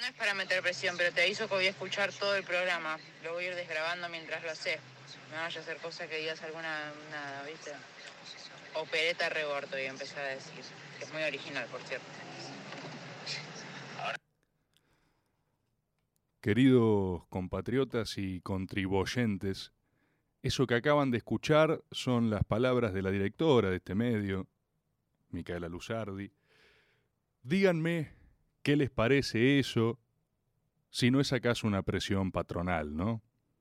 No es para meter presión, pero te aviso que voy a escuchar todo el programa. Lo voy a ir desgrabando mientras lo sé. No vaya a hacer cosa que digas alguna, nada, ¿viste? Opereta rebordo, y empezar a decir. Que es muy original, por cierto. Queridos compatriotas y contribuyentes, eso que acaban de escuchar son las palabras de la directora de este medio, Micaela Luzardi. Díganme qué les parece eso, si no es acaso una presión patronal, ¿no?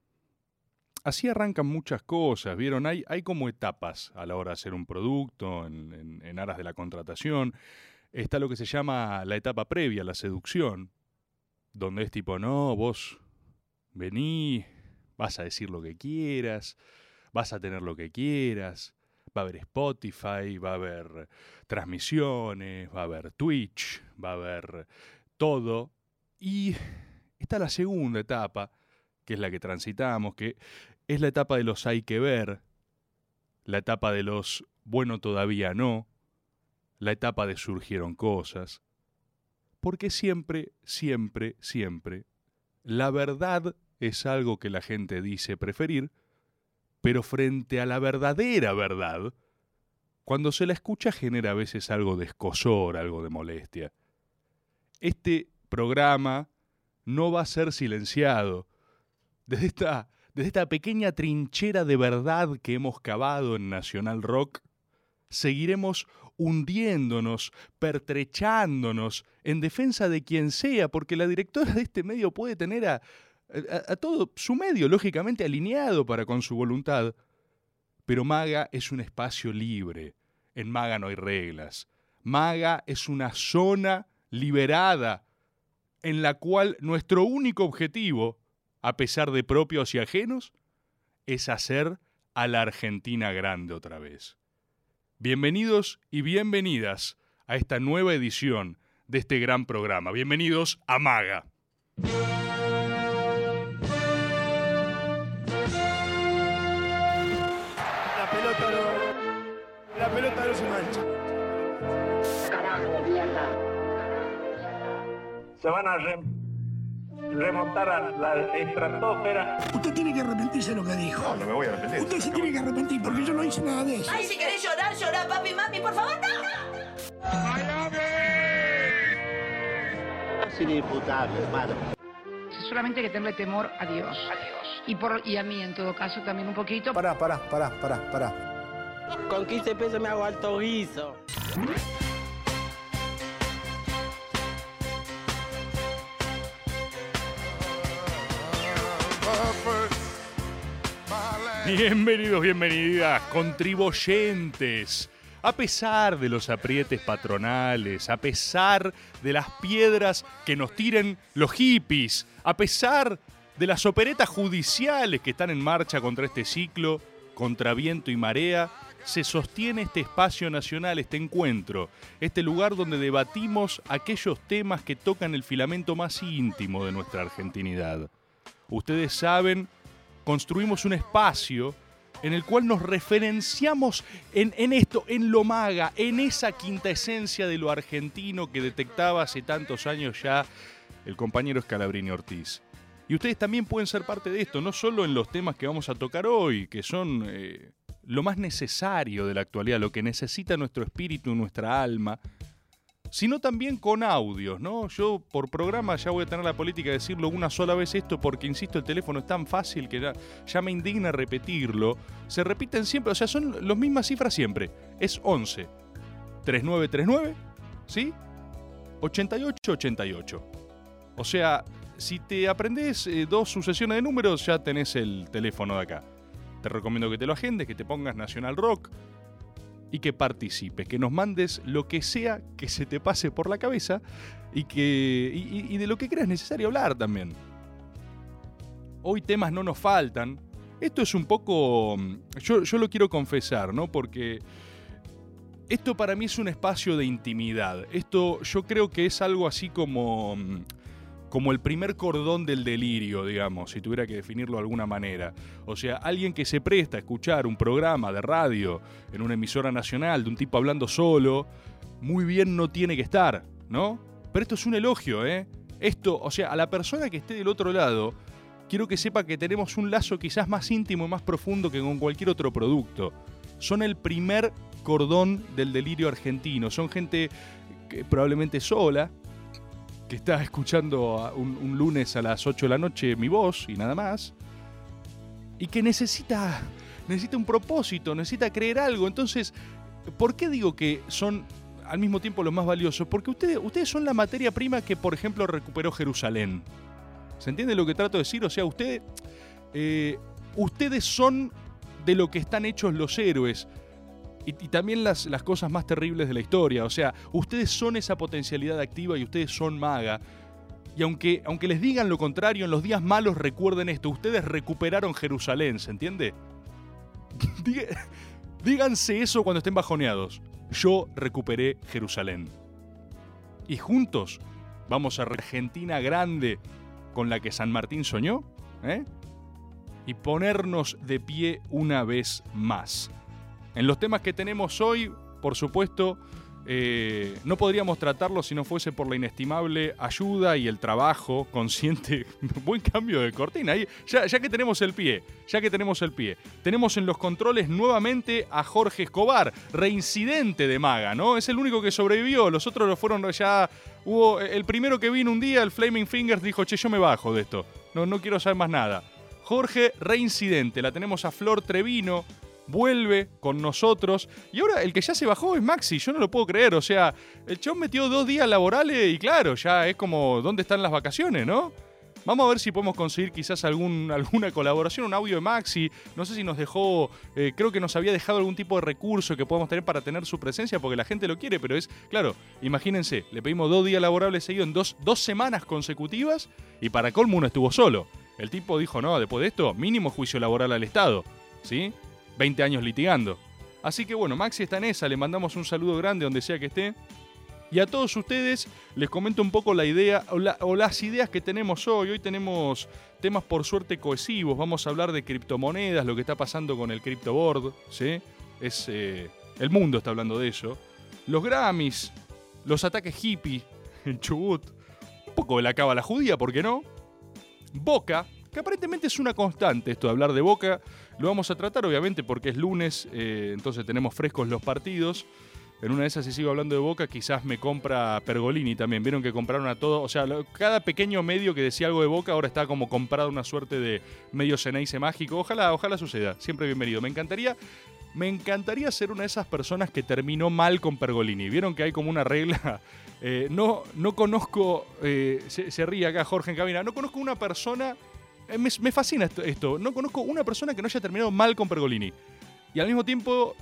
Así arrancan muchas cosas, ¿vieron? Hay como etapas a la hora de hacer un producto, en aras de la contratación. Está lo que se llama la etapa previa, la seducción, donde es tipo, no, vos vení, vas a decir lo que quieras, vas a tener lo que quieras, va a haber Spotify, va a haber transmisiones, va a haber Twitch, va a haber todo. Y está la segunda etapa, que es la que transitamos, que es la etapa de los hay que ver, la etapa de los bueno todavía no, la etapa de surgieron cosas. Porque siempre, siempre, siempre, la verdad es algo que la gente dice preferir, pero frente a la verdadera verdad, cuando se la escucha genera a veces algo de escozor, algo de molestia. Este programa no va a ser silenciado. Desde esta pequeña trinchera de verdad que hemos cavado en Nacional Rock, seguiremos hundiéndonos, pertrechándonos en defensa de quien sea, porque la directora de este medio puede tener a todo su medio, lógicamente, alineado para con su voluntad. Pero Maga es un espacio libre. En Maga no hay reglas. Maga es una zona liberada en la cual nuestro único objetivo, a pesar de propios y ajenos, es hacer a la Argentina grande otra vez. Bienvenidos y bienvenidas a esta nueva edición de este gran programa. Bienvenidos a Maga. La pelota no se mancha. Carajo, mierda. Se van a remontar a la estratosfera. Usted tiene que arrepentirse de lo que dijo. No, no me voy a arrepentir. Usted se tiene que arrepentir porque yo no hice nada de eso. Ay, si querés llorar, llorá, papi, mami, por favor, no. Es inimputable, hermano. Solamente hay que tenerle temor a Dios. Y a mí, en todo caso, también un poquito. Pará. Con 15 pesos me hago alto guiso. Bienvenidos, bienvenidas, contribuyentes. A pesar de los aprietes patronales, a pesar de las piedras que nos tiren los hippies, a pesar de las operetas judiciales que están en marcha contra este ciclo, contra viento y marea, se sostiene este espacio nacional, este encuentro, este lugar donde debatimos aquellos temas que tocan el filamento más íntimo de nuestra argentinidad. Ustedes saben, construimos un espacio en el cual nos referenciamos en esto, en lo Maga, en esa quinta esencia de lo argentino que detectaba hace tantos años ya el compañero Scalabrini Ortiz. Y ustedes también pueden ser parte de esto, no solo en los temas que vamos a tocar hoy, que son lo más necesario de la actualidad, lo que necesita nuestro espíritu, nuestra alma, sino también con audios, ¿no? Yo por programa ya voy a tener la política de decirlo una sola vez esto porque, insisto, el teléfono es tan fácil que ya me indigna repetirlo. Se repiten siempre, o sea, son las mismas cifras siempre. Es 11 3939, ¿sí? 8888. O sea, si te aprendés 2 sucesiones de números, ya tenés el teléfono de acá. Te recomiendo que te lo agendes, que te pongas Nacional Rock y que participes, que nos mandes lo que sea que se te pase por la cabeza y de lo que creas necesario hablar también. Hoy temas no nos faltan. Esto es un poco... Yo lo quiero confesar, ¿no? Porque esto para mí es un espacio de intimidad. Esto yo creo que es algo así como el primer cordón del delirio, digamos, si tuviera que definirlo de alguna manera. O sea, alguien que se presta a escuchar un programa de radio en una emisora nacional de un tipo hablando solo, muy bien no tiene que estar, ¿no? Pero esto es un elogio, ¿eh? Esto, o sea, a la persona que esté del otro lado, quiero que sepa que tenemos un lazo quizás más íntimo y más profundo que con cualquier otro producto. Son el primer cordón del delirio argentino. Son gente que probablemente sola, que está escuchando un lunes a las 8 de la noche mi voz y nada más, y que necesita un propósito, necesita creer algo. Entonces, ¿por qué digo que son al mismo tiempo los más valiosos? Porque ustedes son la materia prima que, por ejemplo, recuperó Jerusalén. ¿Se entiende lo que trato de decir? O sea, ustedes son de lo que están hechos los héroes y también las cosas más terribles de la historia. O sea, ustedes son esa potencialidad activa y ustedes son MAGA. Y aunque les digan lo contrario, en los días malos recuerden esto. Ustedes recuperaron Jerusalén, ¿se entiende? Díganse eso cuando estén bajoneados. Yo recuperé Jerusalén. Y juntos vamos a Argentina grande con la que San Martín soñó, y ponernos de pie una vez más. En los temas que tenemos hoy, por supuesto, no podríamos tratarlos si no fuese por la inestimable ayuda y el trabajo consciente. Buen cambio de cortina ahí. Ya que tenemos el pie. Tenemos en los controles nuevamente a Jorge Escobar, reincidente de MAGA, ¿no? Es el único que sobrevivió. Los otros lo fueron ya. Hubo el primero que vino un día, el Flaming Fingers, dijo, che, yo me bajo de esto. No quiero saber más nada. Jorge, reincidente. La tenemos a Flor Trevino. Vuelve con nosotros. Y ahora el que ya se bajó es Maxi. Yo no lo puedo creer. O sea, el chabón metió 2 días laborales y claro, ya es como ¿dónde están las vacaciones, no? Vamos a ver si podemos conseguir quizás alguna colaboración, un audio de Maxi. No sé si nos dejó, creo que nos había dejado algún tipo de recurso que podamos tener para tener su presencia porque la gente lo quiere, pero es, claro, imagínense, le pedimos 2 días laborables seguidos en 2 semanas consecutivas y para colmo uno estuvo solo. El tipo dijo, no, después de esto, mínimo juicio laboral al Estado, ¿sí? 20 años litigando. Así que bueno, Maxi está en esa, le mandamos un saludo grande donde sea que esté. Y a todos ustedes les comento un poco la idea o las ideas que tenemos hoy. Hoy tenemos temas por suerte cohesivos. Vamos a hablar de criptomonedas, lo que está pasando con el CryptoBoard, ¿sí? El mundo está hablando de eso. Los Grammys, los ataques hippie en Chubut, un poco de la cábala judía, ¿por qué no? Boca, que aparentemente es una constante esto de hablar de Boca. Lo vamos a tratar obviamente porque es lunes, entonces tenemos frescos los partidos. En una de esas, si sigo hablando de Boca, quizás me compra Pergolini también. Vieron que compraron a todo. O sea, cada pequeño medio que decía algo de Boca ahora está como comprado una suerte de medio Ceneice mágico. Ojalá suceda. Siempre bienvenido. Me encantaría ser una de esas personas que terminó mal con Pergolini. Vieron que hay como una regla. No conozco. Se ríe acá Jorge en cabina. No conozco una persona. Me fascina esto. No conozco una persona que no haya terminado mal con Pergolini. Y al mismo tiempo,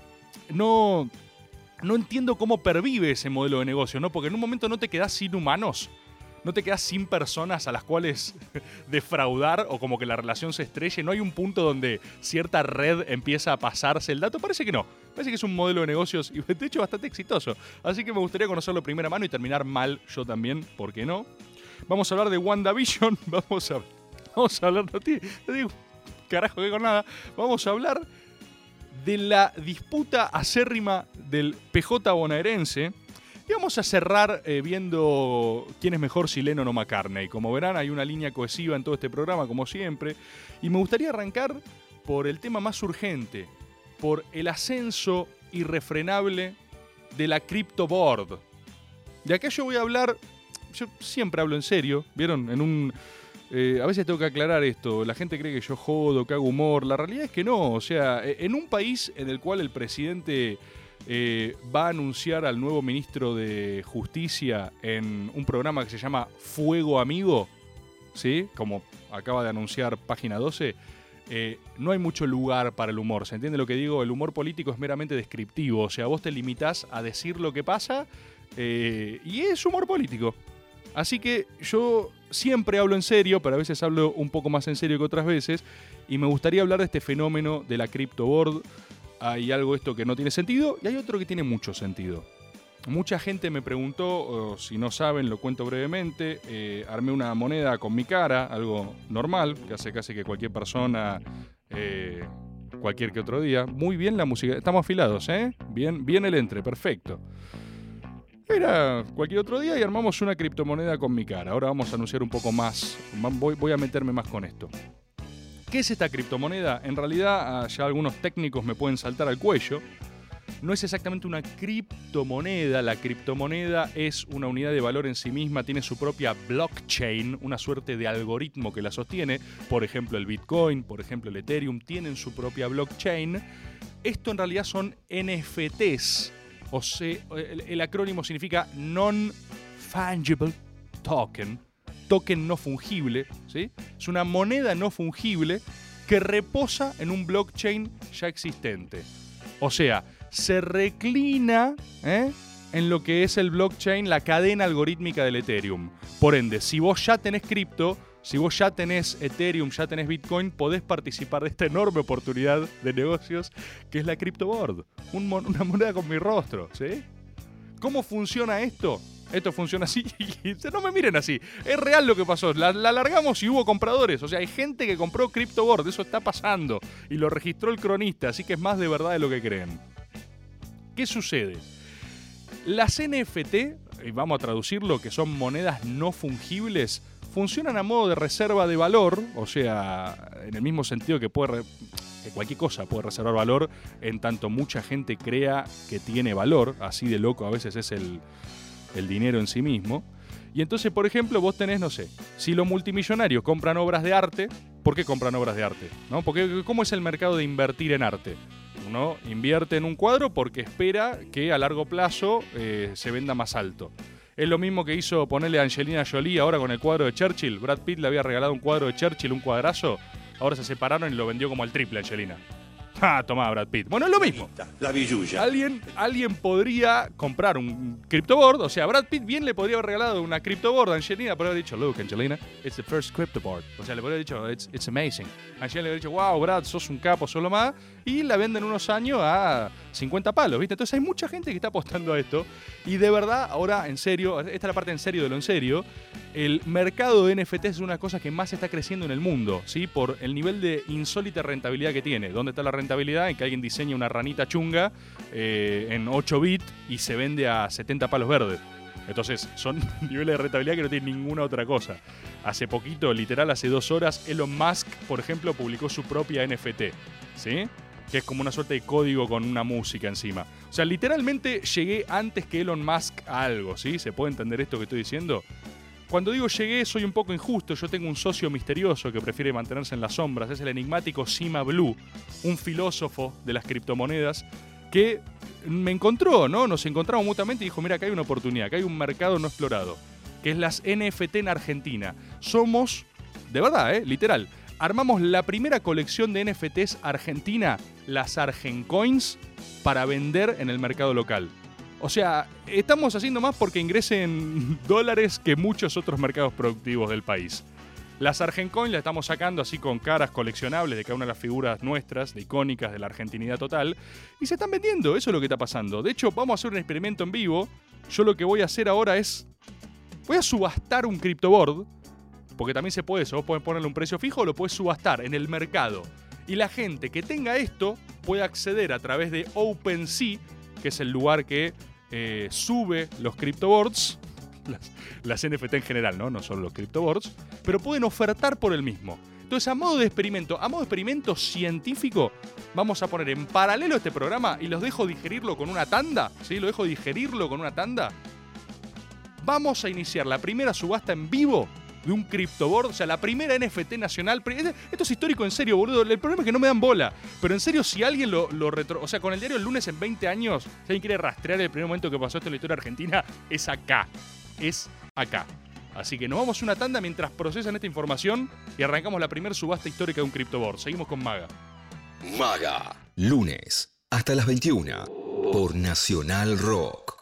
no entiendo cómo pervive ese modelo de negocio, ¿no? Porque en un momento no te quedás sin humanos, no te quedás sin personas a las cuales defraudar o como que la relación se estrelle. No hay un punto donde cierta red empieza a pasarse el dato. Parece que no. Parece que es un modelo de negocios y de hecho bastante exitoso. Así que me gustaría conocerlo de primera mano y terminar mal yo también, ¿por qué no? Vamos a hablar de WandaVision. Vamos a hablar de ti. Te digo, carajo que con nada. Vamos a hablar de la disputa acérrima del PJ bonaerense. Y vamos a cerrar viendo quién es mejor, si Lennon o McCartney. Como verán, hay una línea cohesiva en todo este programa, como siempre. Y me gustaría arrancar por el tema más urgente, por el ascenso irrefrenable de la CryptoBoard. De acá yo voy a hablar, yo siempre hablo en serio, ¿vieron? A veces tengo que aclarar esto, la gente cree que yo jodo, que hago humor, la realidad es que no, o sea, en un país en el cual el presidente va a anunciar al nuevo ministro de Justicia en un programa que se llama Fuego Amigo, ¿sí? Como acaba de anunciar Página 12, no hay mucho lugar para el humor, ¿se entiende lo que digo? El humor político es meramente descriptivo, o sea, vos te limitás a decir lo que pasa y es humor político. Así que yo siempre hablo en serio, pero a veces hablo un poco más en serio que otras veces, y me gustaría hablar de este fenómeno de la CryptoBoard. Hay algo esto que no tiene sentido y hay otro que tiene mucho sentido. Mucha gente me preguntó, si no saben, lo cuento brevemente, armé una moneda con mi cara, algo normal, que hace casi que cualquier persona, cualquier que otro día. Muy bien la música, estamos afilados, ¿eh? Bien el entre, perfecto. Era cualquier otro día y armamos una criptomoneda con mi cara. Ahora vamos a anunciar un poco más. Voy a meterme más con esto. ¿Qué es esta criptomoneda? En realidad, ya algunos técnicos me pueden saltar al cuello. No es exactamente una criptomoneda. La criptomoneda es una unidad de valor en sí misma, tiene su propia blockchain, una suerte de algoritmo que la sostiene. Por ejemplo, el Bitcoin, por ejemplo, el Ethereum, tienen su propia blockchain. Esto en realidad son NFTs. O sea, el acrónimo significa Non-Fungible Token. Token no fungible, ¿sí? Es una moneda no fungible que reposa en un blockchain ya existente. O sea, se reclina en lo que es el blockchain, la cadena algorítmica del Ethereum. Por ende, si vos ya tenés cripto, si vos ya tenés Ethereum, ya tenés Bitcoin, podés participar de esta enorme oportunidad de negocios que es la CryptoBoard. Una moneda con mi rostro, ¿sí? ¿Cómo funciona esto? Esto funciona así y no me miren así. Es real lo que pasó. La largamos y hubo compradores. O sea, hay gente que compró CryptoBoard. Eso está pasando. Y lo registró el cronista. Así que es más de verdad de lo que creen. ¿Qué sucede? Las NFT, y vamos a traducirlo, que son monedas no fungibles, funcionan a modo de reserva de valor. O sea, en el mismo sentido que cualquier cosa puede reservar valor en tanto mucha gente crea que tiene valor. Así de loco a veces es el dinero en sí mismo. Y entonces, por ejemplo, vos tenés, no sé, si los multimillonarios compran obras de arte, ¿por qué compran obras de arte? ¿No? Porque ¿cómo es el mercado de invertir en arte? Uno invierte en un cuadro porque espera que a largo plazo se venda más alto. Es lo mismo que hizo ponerle a Angelina Jolie ahora con el cuadro de Churchill. Brad Pitt le había regalado un cuadro de Churchill, un cuadrazo. Ahora se separaron y lo vendió como al triple a Angelina. Ah, tomá, Brad Pitt. Bueno, es lo mismo. La billulla. Alguien podría comprar un CryptoBoard. O sea, Brad Pitt bien le podría haber regalado una CryptoBoard a Angelina, pero haber dicho, look, Angelina, it's the first CryptoBoard. O sea, le podría haber dicho, it's amazing. Angelina le habría dicho, wow, Brad, sos un capo, solo más. Y la venden unos años a 50 palos, ¿viste? Entonces hay mucha gente que está apostando a esto. Y de verdad, ahora, en serio, esta es la parte en serio de lo en serio, el mercado de NFT es una cosa que más está creciendo en el mundo, ¿sí? Por el nivel de insólita rentabilidad que tiene. ¿Dónde está la rentabilidad? En que alguien diseña una ranita chunga en 8 bits y se vende a 70 palos verdes. Entonces, son niveles de rentabilidad que no tienen ninguna otra cosa. Hace poquito, literal, hace 2 horas, Elon Musk, por ejemplo, publicó su propia NFT, ¿sí? Que es como una suerte de código con una música encima. O sea, literalmente llegué antes que Elon Musk a algo, ¿sí? ¿Se puede entender esto que estoy diciendo? Cuando digo llegué, soy un poco injusto. Yo tengo un socio misterioso que prefiere mantenerse en las sombras. Es el enigmático Sima Blue, un filósofo de las criptomonedas que me encontró, ¿no? Nos encontramos mutuamente y dijo, mira, acá hay una oportunidad, acá hay un mercado no explorado, que es las NFT en Argentina. Somos, de verdad, literal, armamos la primera colección de NFTs argentina, las Argencoins, para vender en el mercado local. O sea, estamos haciendo más porque ingresen dólares que muchos otros mercados productivos del país. Las Argencoin las estamos sacando así con caras coleccionables de cada una de las figuras nuestras, de icónicas de la argentinidad total, y se están vendiendo, eso es lo que está pasando. De hecho, vamos a hacer un experimento en vivo. Yo lo que voy a hacer ahora es, voy a subastar un CryptoBoard, porque también se puede eso, vos podés ponerle un precio fijo o lo podés subastar en el mercado. Y la gente que tenga esto puede acceder a través de OpenSea, que es el lugar que sube los CryptoBoards, las NFT en general, no solo los CryptoBoards, pero pueden ofertar por el mismo. Entonces, a modo de experimento científico, vamos a poner en paralelo este programa y los dejo digerirlo con una tanda, ¿sí? Lo dejo digerirlo con una tanda. Vamos a iniciar la primera subasta en vivo de un CryptoBoard, o sea, la primera NFT nacional. Esto es histórico en serio, boludo. El problema es que no me dan bola. Pero en serio, si alguien o sea, con el diario El Lunes en 20 años, si alguien quiere rastrear el primer momento que pasó esto en la historia argentina, es acá. Es acá. Así que nos vamos a una tanda mientras procesan esta información y arrancamos la primera subasta histórica de un CryptoBoard. Seguimos con Maga. Maga. Lunes hasta las 21 por Nacional Rock.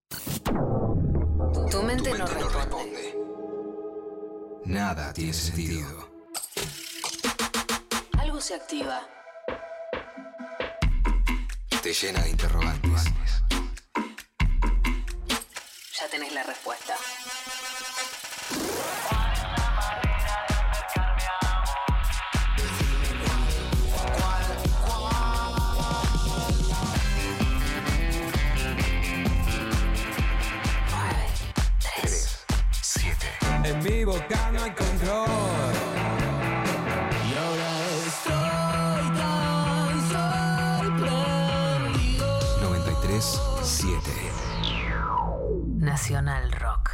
Tu mente no responde. Nada tiene sentido. Algo se activa. Te llena de interrogantes. Ya tenés la respuesta. En mi boca no hay control. Y ahora estoy tan sorprendido. 93.7 Nacional Rock.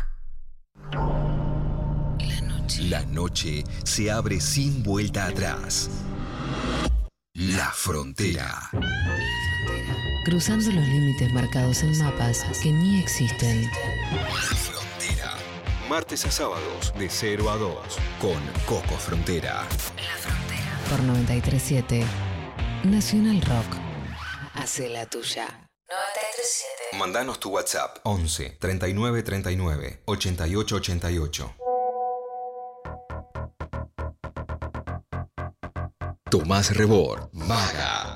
La noche se abre sin vuelta atrás. La frontera. Cruzando los límites marcados en mapas que ni existen. La frontera. Martes a sábados de 0 a 2 con Coco Frontera. La frontera. Por 93.7 Nacional Rock. Hace la tuya. 93.7. Mandanos tu WhatsApp 11 39 39 88 88. Tomás Rebord, Maga.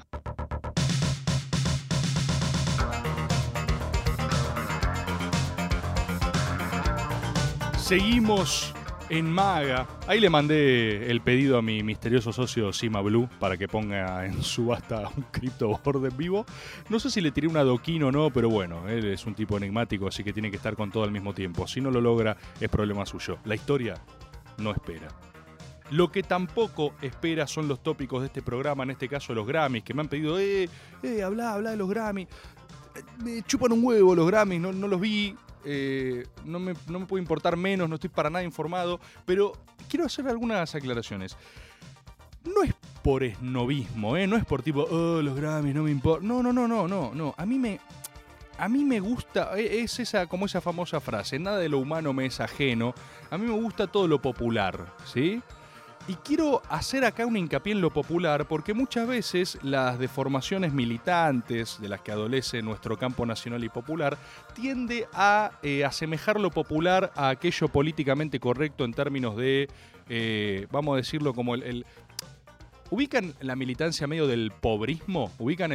Seguimos en Maga. Ahí le mandé el pedido a mi misterioso socio Sima Blue para que ponga en subasta un CryptoBoard en vivo. No sé si le tiré una adoquín o no, pero bueno, él es un tipo enigmático, así que tiene que estar con todo al mismo tiempo. Si no lo logra, es problema suyo. La historia no espera. Lo que tampoco espera son los tópicos de este programa, en este caso los Grammys, que me han pedido, habla de los Grammys. Me chupan un huevo los Grammys, no los vi. No me puede importar menos, no estoy para nada informado, pero quiero hacer algunas aclaraciones. No es por esnobismo, no es por tipo, los Grammys no me importa. No. A mí me gusta, es esa famosa frase, nada de lo humano me es ajeno. A mí me gusta todo lo popular, ¿sí? Y quiero hacer acá un hincapié en lo popular porque muchas veces las deformaciones militantes de las que adolece nuestro campo nacional y popular tiende a asemejar lo popular a aquello políticamente correcto en términos de, vamos a decirlo como ¿ubican la militancia medio del pobrismo? ¿Ubican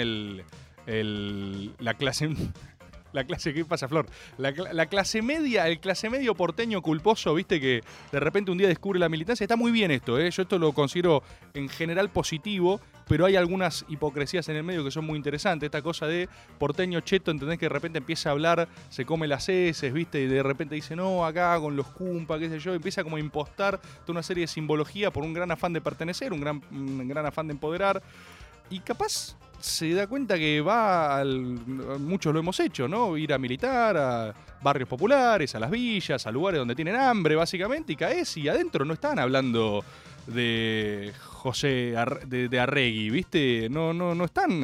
la clase... La clase, ¿qué pasa, Flor? La clase media, el clase medio porteño culposo, viste, que de repente un día descubre la militancia. Está muy bien esto, Yo esto lo considero en general positivo, pero hay algunas hipocresías en el medio que son muy interesantes. Esta cosa de porteño cheto, ¿entendés? Que de repente empieza a hablar, se come las heces, viste, y de repente dice, no, acá con los cumpa, qué sé yo. Empieza como a impostar toda una serie de simbología por un gran afán de pertenecer, un gran afán de empoderar. Y capaz se da cuenta que muchos lo hemos hecho, ¿no? Ir a militar a barrios populares, a las villas, a lugares donde tienen hambre, básicamente, y caes y adentro no están hablando de José de Arregui, ¿viste? No están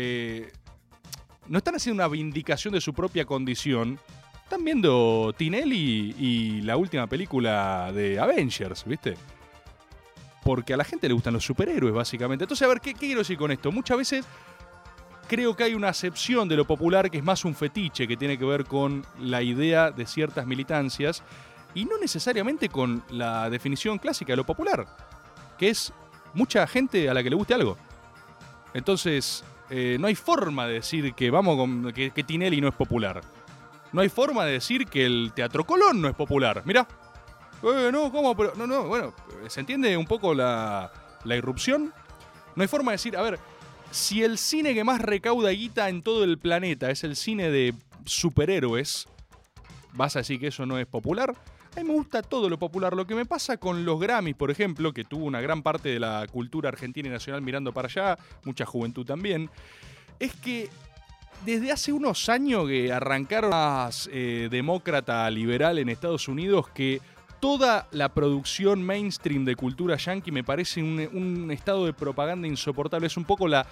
haciendo una vindicación de su propia condición. Están viendo Tinelli y la última película de Avengers, ¿viste? Porque a la gente le gustan los superhéroes, básicamente. Entonces, a ver, ¿qué quiero decir con esto? Muchas veces creo que hay una acepción de lo popular que es más un fetiche, que tiene que ver con la idea de ciertas militancias y no necesariamente con la definición clásica de lo popular, que es mucha gente a la que le guste algo. Entonces, no hay forma de decir que que Tinelli no es popular. No hay forma de decir que el Teatro Colón no es popular. Mirá. No, ¿cómo? Pero, no, bueno, ¿se entiende un poco la irrupción? No hay forma de decir, a ver, si el cine que más recauda guita en todo el planeta es el cine de superhéroes, ¿vas a decir que eso no es popular? A mí me gusta todo lo popular. Lo que me pasa con los Grammys, por ejemplo, que tuvo una gran parte de la cultura argentina y nacional mirando para allá, mucha juventud también, es que desde hace unos años que arrancaron las demócrata liberal en Estados Unidos, que toda la producción mainstream de cultura yankee me parece un estado de propaganda insoportable. Es un poco la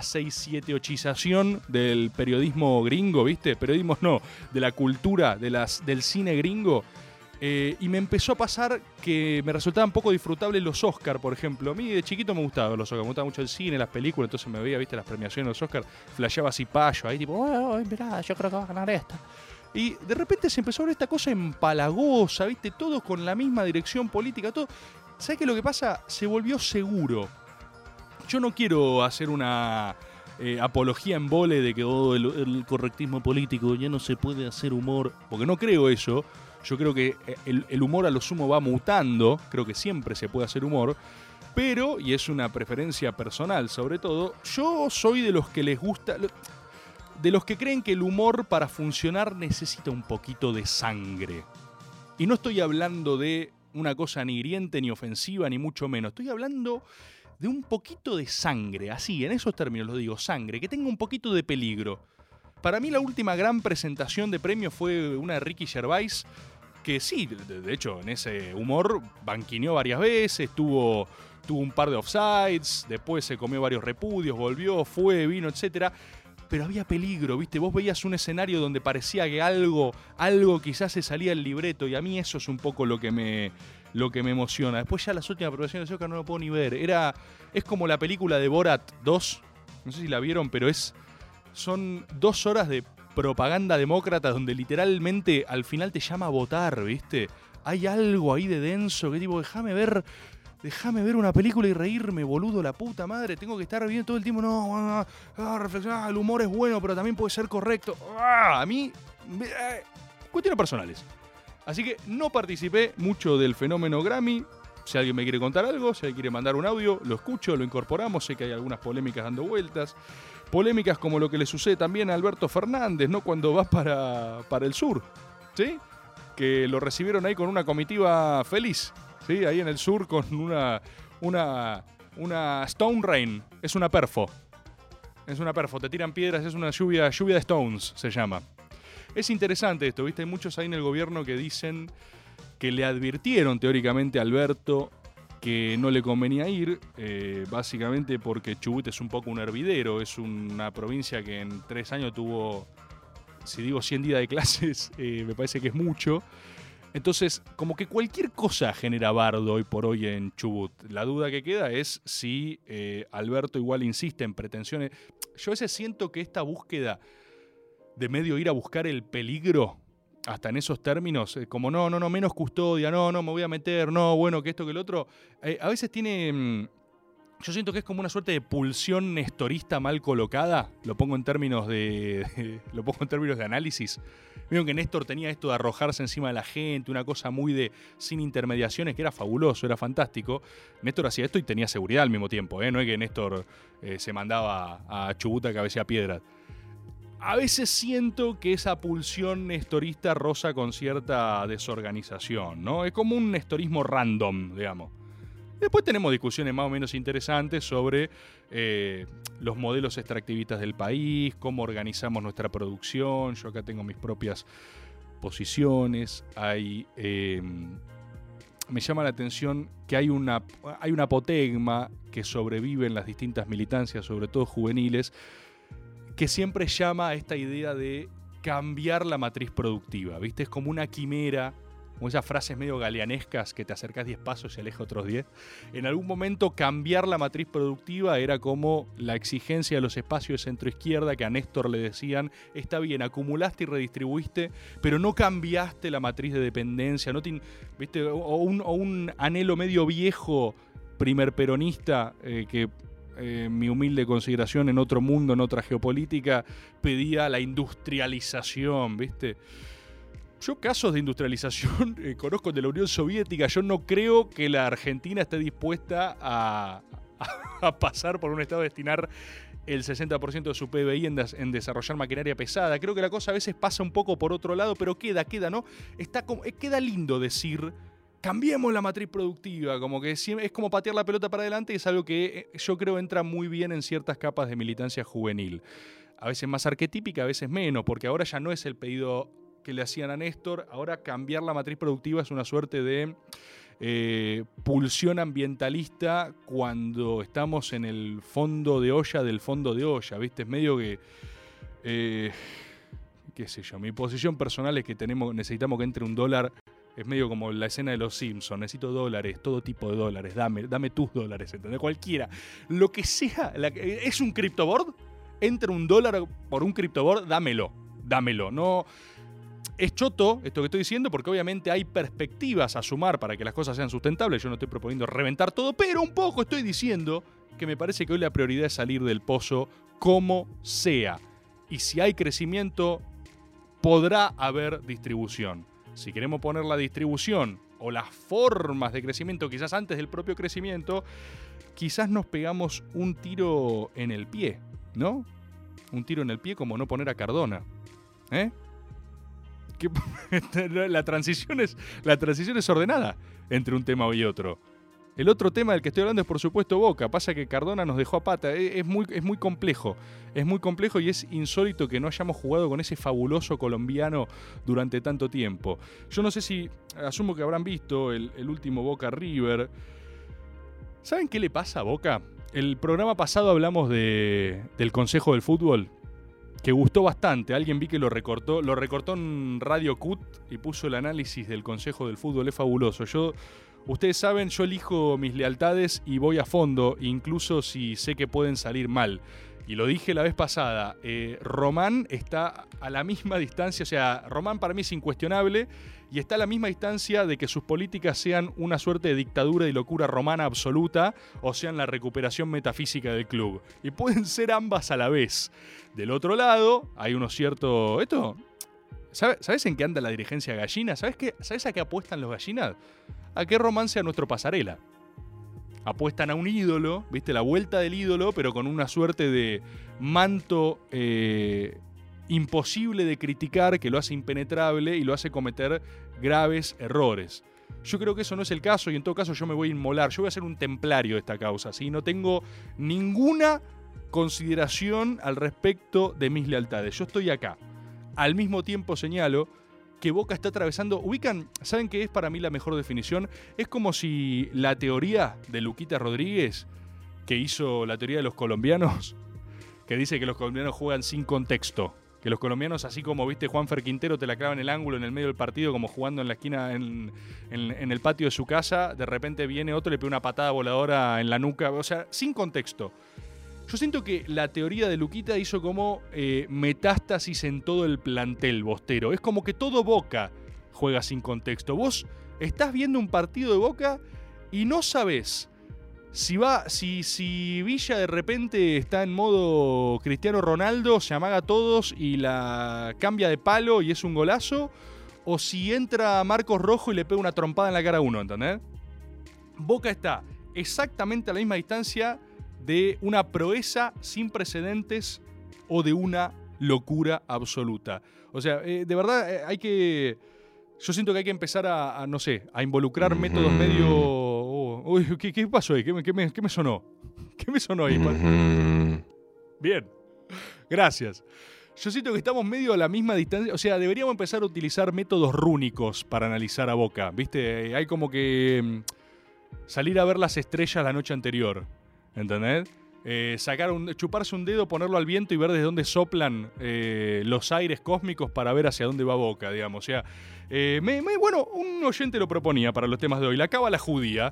678ización del periodismo gringo, ¿viste? Periodismo no, de la cultura, del cine gringo. Y me empezó a pasar que me resultaban poco disfrutables los Oscar, por ejemplo. A mí de chiquito me gustaban los Oscar, me gustaba mucho el cine, las películas, entonces me veía, ¿viste? Las premiaciones de los Oscar, flasheaba así payo ahí, tipo, mirá, yo creo que va a ganar esta. Y de repente se empezó a ver esta cosa empalagosa, ¿viste? Todos con la misma dirección política, todo. ¿Sabes qué es lo que pasa? Se volvió seguro. Yo no quiero hacer una apología en vole de que el correctismo político ya no se puede hacer humor, porque no creo eso. Yo creo que el humor a lo sumo va mutando, creo que siempre se puede hacer humor, pero, y es una preferencia personal sobre todo, yo soy de los que les gusta... De los que creen que el humor para funcionar necesita un poquito de sangre. Y no estoy hablando de una cosa ni hiriente, ni ofensiva, ni mucho menos. Estoy hablando de un poquito de sangre, así, en esos términos lo digo, sangre, que tenga un poquito de peligro. Para mí la última gran presentación de premios fue una de Ricky Gervais, que sí, de hecho, en ese humor banquineó varias veces, tuvo un par de offsides, después se comió varios repudios, volvió, fue, vino, etcétera. Pero había peligro, ¿viste? Vos veías un escenario donde parecía que algo quizás se salía del libreto, y a mí eso es un poco lo que me emociona. Después ya las últimas aprobaciones de Oscar no lo puedo ni ver. Es como la película de Borat 2, no sé si la vieron, pero son 2 horas de propaganda demócrata donde literalmente al final te llama a votar, ¿viste? Hay algo ahí de denso que tipo, déjame ver una película y reírme, boludo, la puta madre. Tengo que estar viendo todo el tiempo, reflexionar, el humor es bueno, pero también puede ser correcto. A mí, cuestiones personales. Así que no participé mucho del fenómeno Grammy. Si alguien me quiere contar algo, si alguien quiere mandar un audio, lo escucho, lo incorporamos. Sé que hay algunas polémicas dando vueltas. Polémicas como lo que le sucede también a Alberto Fernández, ¿no? Cuando va para el sur, ¿sí? Que lo recibieron ahí con una comitiva feliz, ¿sí? Ahí en el sur con una Stone Rain. Es una perfo. Te tiran piedras, es una lluvia de stones, se llama. Es interesante esto, ¿viste? Hay muchos ahí en el gobierno que dicen que le advirtieron teóricamente a Alberto que no le convenía ir, básicamente porque Chubut es un poco un hervidero, es una provincia que en 3 años tuvo, si digo 100 días de clases, me parece que es mucho. Entonces, como que cualquier cosa genera bardo hoy por hoy en Chubut. La duda que queda es si Alberto igual insiste en pretensiones. Yo a veces siento que esta búsqueda de medio ir a buscar el peligro, hasta en esos términos, como no, menos custodia, no, me voy a meter, no, bueno, que esto, que el otro, a veces tiene, yo siento que es como una suerte de pulsión nestorista mal colocada, lo pongo en términos de análisis. Vieron que Néstor tenía esto de arrojarse encima de la gente, una cosa muy sin intermediaciones, que era fabuloso, era fantástico. Néstor hacía esto y tenía seguridad al mismo tiempo, no es que Néstor se mandaba a Chubut a cabeza piedra. A veces siento que esa pulsión nestorista roza con cierta desorganización, ¿no? Es como un nestorismo random, digamos. Después tenemos discusiones más o menos interesantes sobre los modelos extractivistas del país, cómo organizamos nuestra producción. Yo acá tengo mis propias posiciones. Me llama la atención que hay un apotegma que sobrevive en las distintas militancias, sobre todo juveniles, que siempre llama a esta idea de cambiar la matriz productiva, ¿viste? Es como una quimera, como esas frases medio galeanescas que te acercás 10 pasos y alejas otros 10. En algún momento cambiar la matriz productiva era como la exigencia de los espacios de centro-izquierda que a Néstor le decían, está bien, acumulaste y redistribuiste, pero no cambiaste la matriz de dependencia, ¿viste? O un anhelo medio viejo primer peronista que... mi humilde consideración en otro mundo, en otra geopolítica, pedía la industrialización, ¿viste? Yo casos de industrialización conozco de la Unión Soviética. Yo no creo que la Argentina esté dispuesta a pasar por un estado de destinar el 60% de su PBI en desarrollar maquinaria pesada. Creo que la cosa a veces pasa un poco por otro lado, pero queda, ¿no? Queda lindo decir... Cambiemos la matriz productiva, como que es como patear la pelota para adelante, y es algo que yo creo entra muy bien en ciertas capas de militancia juvenil. A veces más arquetípica, a veces menos, porque ahora ya no es el pedido que le hacían a Néstor, ahora cambiar la matriz productiva es una suerte de pulsión ambientalista cuando estamos en el fondo de olla del fondo de olla, ¿viste? Es medio que... qué sé yo, mi posición personal es que necesitamos que entre un dólar. Es medio como la escena de los Simpsons. Necesito dólares, todo tipo de dólares. Dame tus dólares, ¿entendés? Cualquiera. Lo que sea. ¿Es un criptoboard? Entra un dólar por un criptoboard, dámelo. No. Es choto esto que estoy diciendo porque obviamente hay perspectivas a sumar para que las cosas sean sustentables. Yo no estoy proponiendo reventar todo, pero un poco estoy diciendo que me parece que hoy la prioridad es salir del pozo como sea. Y si hay crecimiento, podrá haber distribución. Si queremos poner la distribución o las formas de crecimiento quizás antes del propio crecimiento, quizás nos pegamos un tiro en el pie, ¿no? Un tiro en el pie como no poner a Cardona, ¿eh? La transición es ordenada entre un tema y otro. El otro tema del que estoy hablando es, por supuesto, Boca. Pasa que Cardona nos dejó a pata. Es muy complejo. Es muy complejo y es insólito que no hayamos jugado con ese fabuloso colombiano durante tanto tiempo. Yo no sé si... Asumo que habrán visto el último Boca River. ¿Saben qué le pasa a Boca? El programa pasado hablamos del Consejo del Fútbol, que gustó bastante. Alguien vi que lo recortó en Radio CUT y puso el análisis del Consejo del Fútbol. Es fabuloso. Ustedes saben, yo elijo mis lealtades y voy a fondo, incluso si sé que pueden salir mal. Y lo dije la vez pasada, Román está a la misma distancia, o sea, Román para mí es incuestionable y está a la misma distancia de que sus políticas sean una suerte de dictadura y locura romana absoluta o sean la recuperación metafísica del club. Y pueden ser ambas a la vez. Del otro lado, hay unos ciertos... ¿Sabes en qué anda la dirigencia gallina? ¿Sabes a qué apuestan los gallinas? A que Román sea nuestro pasarela. Apuestan a un ídolo, ¿viste? La vuelta del ídolo, pero con una suerte de manto imposible de criticar, que lo hace impenetrable y lo hace cometer graves errores. Yo creo que eso no es el caso y en todo caso yo me voy a inmolar. Yo voy a ser un templario de esta causa, ¿sí? No tengo ninguna consideración al respecto de mis lealtades. Yo estoy acá. Al mismo tiempo señalo que Boca está atravesando... ¿Saben qué es para mí la mejor definición? Es como si la teoría de Luquita Rodríguez, que hizo la teoría de los colombianos, que dice que los colombianos juegan sin contexto. Que los colombianos, así como viste Juanfer Quintero, te la clava en el ángulo en el medio del partido, como jugando en la esquina en el patio de su casa, de repente viene otro y le pega una patada voladora en la nuca. O sea, sin contexto. Yo siento que la teoría de Luquita hizo como metástasis en todo el plantel bostero. Es como que todo Boca juega sin contexto. Vos estás viendo un partido de Boca y no sabés si Villa de repente está en modo Cristiano Ronaldo, se amaga a todos y la cambia de palo y es un golazo, o si entra Marcos Rojo y le pega una trompada en la cara a uno, ¿entendés? Boca está exactamente a la misma distancia de una proeza sin precedentes o de una locura absoluta. O sea, de verdad yo siento que hay que empezar a involucrar métodos medio... Uy, ¿qué pasó ahí? ¿Qué me sonó? ¿Qué me sonó ahí? Bien, gracias. Yo siento que estamos medio a la misma distancia. O sea, deberíamos empezar a utilizar métodos rúnicos para analizar a Boca. ¿Viste? Hay como que salir a ver las estrellas la noche anterior. ¿Entendés? Chuparse un dedo, ponerlo al viento y ver desde dónde soplan los aires cósmicos para ver hacia dónde va Boca, digamos. O sea, un oyente lo proponía para los temas de hoy. La cábala judía.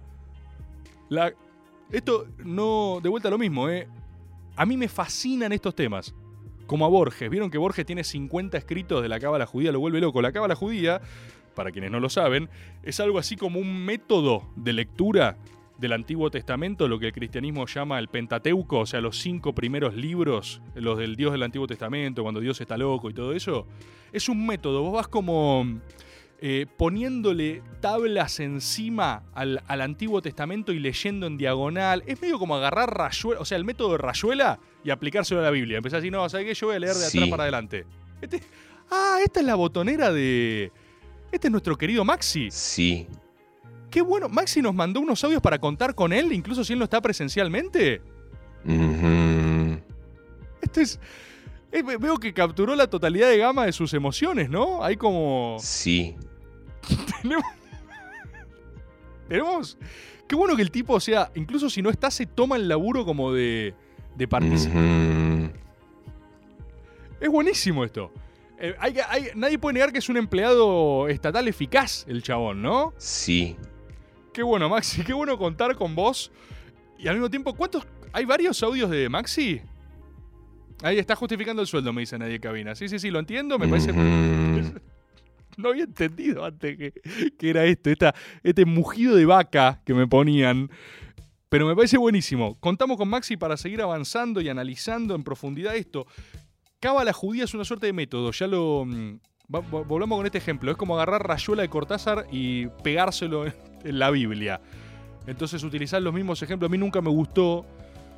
Esto no, de vuelta a lo mismo, A mí me fascinan estos temas. Como a Borges. Vieron que Borges tiene 50 escritos de la cábala judía, lo vuelve loco. La cábala judía, para quienes no lo saben, es algo así como un método de lectura del Antiguo Testamento, lo que el cristianismo llama el Pentateuco, o sea, los 5 primeros libros, los del Dios del Antiguo Testamento, cuando Dios está loco y todo eso. Es un método, vos vas como poniéndole tablas encima al Antiguo Testamento y leyendo en diagonal. Es medio como agarrar Rayuela, o sea, el método de Rayuela y aplicárselo a la Biblia. Empezás así, no, ¿sabes qué? Yo voy a leer de atrás para adelante. Esta es la botonera de... Este es nuestro querido Maxi. Sí. Qué bueno. Maxi nos mandó unos audios para contar con él, incluso si él no está presencialmente. Veo que capturó la totalidad de gama de sus emociones, ¿no? Hay como... Sí. Tenemos... Qué bueno que el tipo, o sea, incluso si no está, se toma el laburo como de participar. Es buenísimo esto. Nadie puede negar que es un empleado estatal eficaz el chabón, ¿no? Sí. Qué bueno, Maxi. Qué bueno contar con vos. Y al mismo tiempo, ¿hay varios audios de Maxi? Ahí está justificando el sueldo, me dice nadie cabina. Sí, lo entiendo, me parece... No había entendido antes que era este mugido de vaca que me ponían. Pero me parece buenísimo. Contamos con Maxi para seguir avanzando y analizando en profundidad esto. Cábala judía es una suerte de método. Ya lo... Volvamos con este ejemplo. Es como agarrar Rayuela de Cortázar y pegárselo en la Biblia. Entonces utilizar los mismos ejemplos. A mí nunca me gustó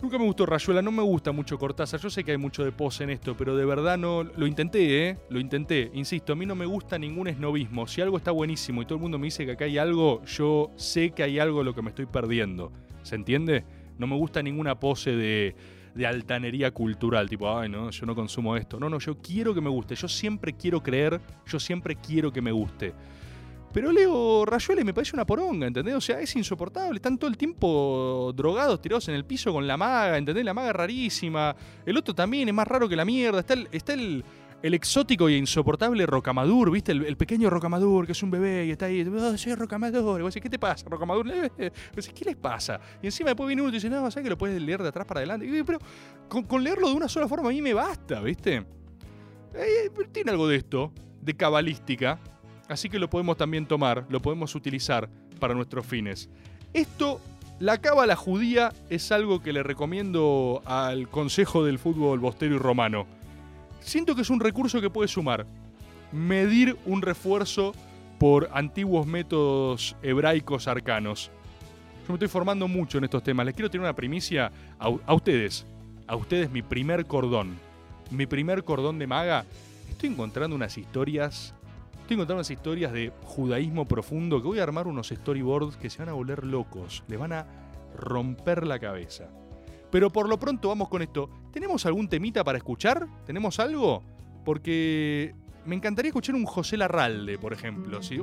Nunca me gustó Rayuela, no me gusta mucho Cortázar. Yo sé que hay mucho de pose en esto, pero de verdad no. Lo intenté, Lo intenté. Insisto, a mí no me gusta ningún esnobismo. Si algo está buenísimo y todo el mundo me dice que acá hay algo, yo sé que hay algo de lo que me estoy perdiendo. ¿Se entiende? No me gusta ninguna pose de altanería cultural, tipo, ay, no, yo no consumo esto. No, yo quiero que me guste. Yo siempre quiero creer, yo siempre quiero que me guste. Pero leo Rayuela y me parece una poronga, ¿entendés? O sea, es insoportable. Están todo el tiempo drogados, tirados en el piso con la maga, ¿entendés? La maga rarísima. El otro también es más raro que la mierda. Está el exótico e insoportable Rocamadour, ¿viste? El pequeño Rocamadour, que es un bebé y está ahí. Oh, soy Rocamadour. Y vos decís, ¿qué te pasa, Rocamadour? ¿Qué les pasa? Y encima después viene uno y dice, no, ¿sabes que lo puedes leer de atrás para adelante? Pero con leerlo de una sola forma a mí me basta, ¿viste? Tiene algo de esto, de cabalística. Así que lo podemos también tomar, lo podemos utilizar para nuestros fines. Esto, la cábala judía, es algo que le recomiendo al Consejo del Fútbol Bostero y Romano. Siento que es un recurso que puede sumar. Medir un refuerzo por antiguos métodos hebraicos arcanos. Yo me estoy formando mucho en estos temas. Les quiero tener una primicia a ustedes. A ustedes mi primer cordón. Mi primer cordón de maga. Estoy encontrando unas historias de judaísmo profundo que voy a armar unos storyboards que se van a volver locos. Les van a romper la cabeza. Pero por lo pronto vamos con esto. ¿Tenemos algún temita para escuchar? ¿Tenemos algo? Porque me encantaría escuchar un José Larralde, por ejemplo. ¿Sí?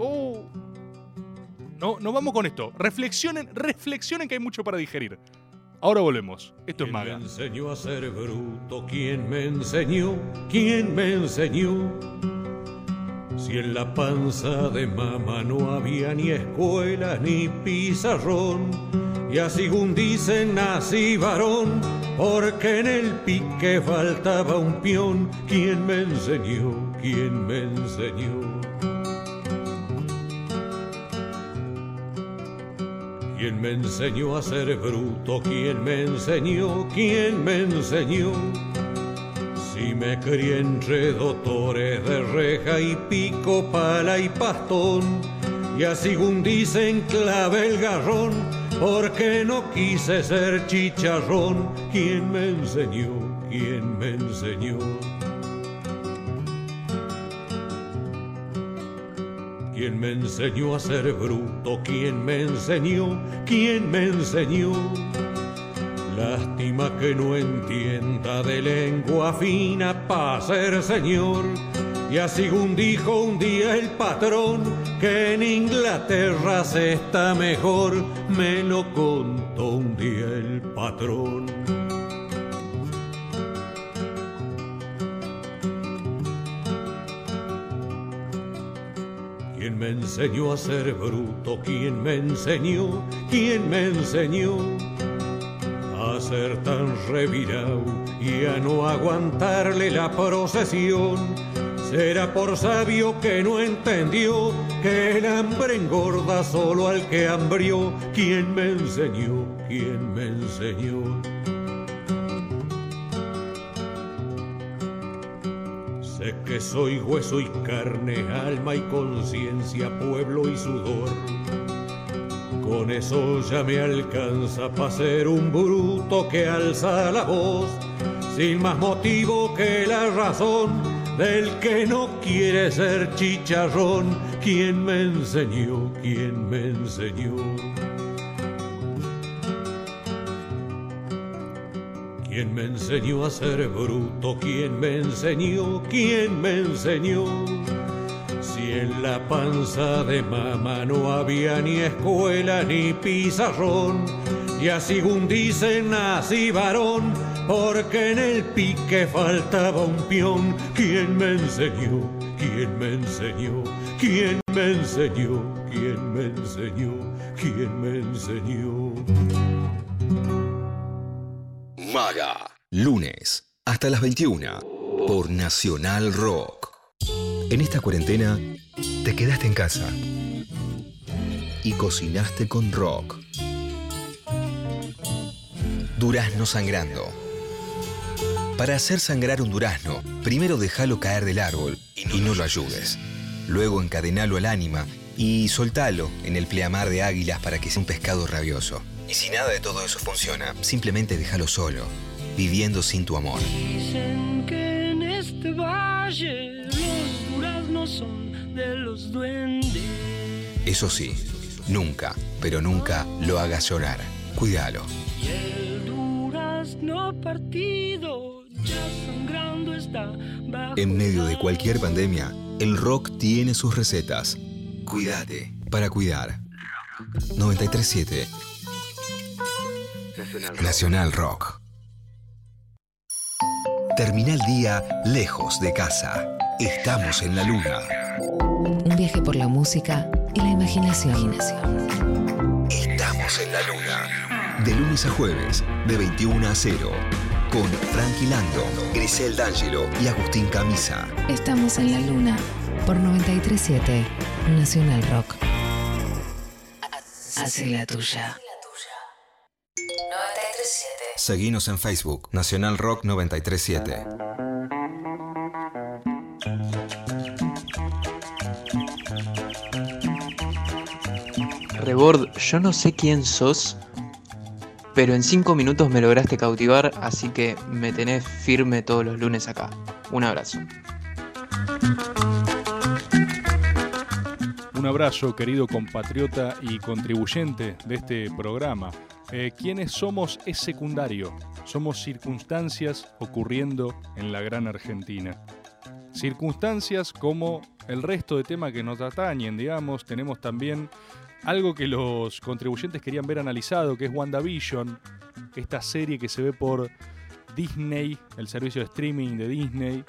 No vamos con esto. Reflexionen que hay mucho para digerir. Ahora volvemos. Esto es Maga. ¿Quién me enseñó a ser bruto? ¿Quién me enseñó? ¿Quién me enseñó? Si en la panza de mamá no había ni escuela ni pizarrón, y así según dicen nací varón, porque en el pique faltaba un peón. ¿Quién me enseñó? ¿Quién me enseñó? ¿Quién me enseñó a ser bruto? ¿Quién me enseñó? ¿Quién me enseñó? Si me crié entre doctores de reja y pico, pala y pastón, y así según dicen clave el garrón, porque no quise ser chicharrón. ¿Quién me enseñó? ¿Quién me enseñó? ¿Quién me enseñó a ser bruto? ¿Quién me enseñó? ¿Quién me enseñó? Lástima que no entienda de lengua fina pa' ser señor. Y así según dijo un día el patrón, que en Inglaterra se está mejor. Me lo contó un día el patrón. ¿Quién me enseñó a ser bruto? ¿Quién me enseñó? ¿Quién me enseñó? A ser tan revirado y a no aguantarle la procesión. Será por sabio que no entendió que el hambre engorda solo al que hambrió. ¿Quién me enseñó? ¿Quién me enseñó? Sé que soy hueso y carne, alma y conciencia, pueblo y sudor. Con eso ya me alcanza pa' ser un bruto que alza la voz, sin más motivo que la razón del que no quiere ser chicharrón. ¿Quién me enseñó? ¿Quién me enseñó? ¿Quién me enseñó a ser bruto? ¿Quién me enseñó? ¿Quién me enseñó? Si en la panza de mamá no había ni escuela ni pizarrón, y así según dicen nací varón, porque en el pique faltaba un peón. ¿Quién me enseñó? ¿Quién me enseñó? ¿Quién me enseñó? ¿Quién me enseñó? ¿Quién me enseñó? Maga, lunes hasta las 21 por Nacional Rock. En esta cuarentena te quedaste en casa y cocinaste con rock. Durazno sangrando. Para hacer sangrar un durazno, primero déjalo caer del árbol y no lo ayudes. Luego encadenalo al ánima Y soltalo en el pleamar de águilas para que sea un pescado rabioso. Y si nada de todo eso funciona, simplemente déjalo solo, viviendo sin tu amor. Dicen que en este valle los duraznos son de los duendes. Eso sí, nunca, pero nunca lo hagas llorar. Cuídalo. Y el durazno partido ya sangrando está bajo. En medio de cualquier pandemia, el rock tiene sus recetas. Cuídate para cuidar. 93.7 Nacional Rock. Termina el día lejos de casa. Estamos en la luna. Un viaje por la música y la imaginación. Estamos en la luna. De lunes a jueves, de 21 a 0. Con Frankie Lando, Grisel D'Angelo y Agustín Camisa. Estamos en la luna por 93.7 Nacional Rock. Hace la tuya. 93.7. Seguinos en Facebook, Nacional Rock 93.7. Rebord, yo no sé quién sos, pero en 5 minutos me lograste cautivar, así que me tenés firme todos los lunes acá. Un abrazo. Un abrazo, querido compatriota y contribuyente de este programa. ¿Quiénes somos? Es secundario. Somos circunstancias ocurriendo en la gran Argentina. Circunstancias como el resto de temas que nos atañen, digamos. Tenemos también algo que los contribuyentes querían ver analizado, que es WandaVision, esta serie que se ve por Disney, el servicio de streaming de Disney.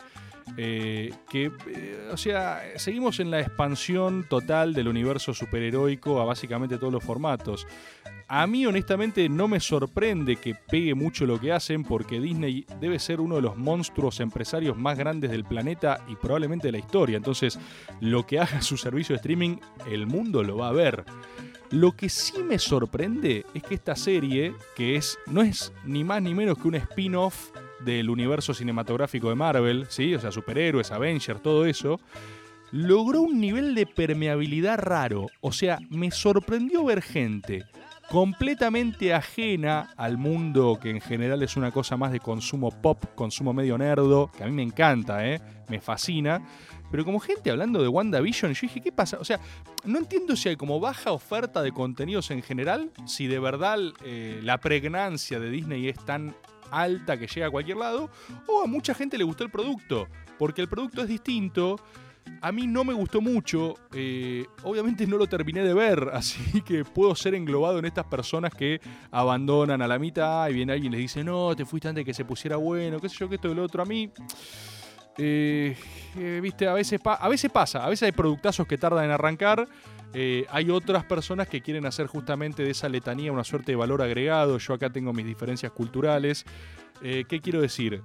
O sea, seguimos en la expansión total del universo superheroico a básicamente todos los formatos. A mí honestamente no me sorprende que pegue mucho lo que hacen, porque Disney debe ser uno de los monstruos empresarios más grandes del planeta y probablemente de la historia. Entonces, lo que haga su servicio de streaming, el mundo lo va a ver. Lo que sí me sorprende es que esta serie, que no es ni más ni menos que un spin-off del universo cinematográfico de Marvel, ¿sí? O sea, superhéroes, Avengers, todo eso, logró un nivel de permeabilidad raro. O sea, me sorprendió ver gente completamente ajena al mundo, que en general es una cosa más de consumo pop, consumo medio nerdo, que a mí me encanta, me fascina. Pero como gente hablando de WandaVision, yo dije, ¿qué pasa? O sea, no entiendo si hay como baja oferta de contenidos en general, si de verdad la pregnancia de Disney es tan alta que llega a cualquier lado, o a mucha gente le gustó el producto, porque el producto es distinto. A mí no me gustó mucho, obviamente no lo terminé de ver, así que puedo ser englobado en estas personas que abandonan a la mitad y viene alguien y les dice, no, te fuiste antes de que se pusiera bueno, qué sé yo, que esto y lo otro. A mí, viste, a veces pasa, a veces hay productazos que tardan en arrancar. Hay otras personas que quieren hacer justamente de esa letanía una suerte de valor agregado. Yo acá tengo mis diferencias culturales. ¿Qué quiero decir?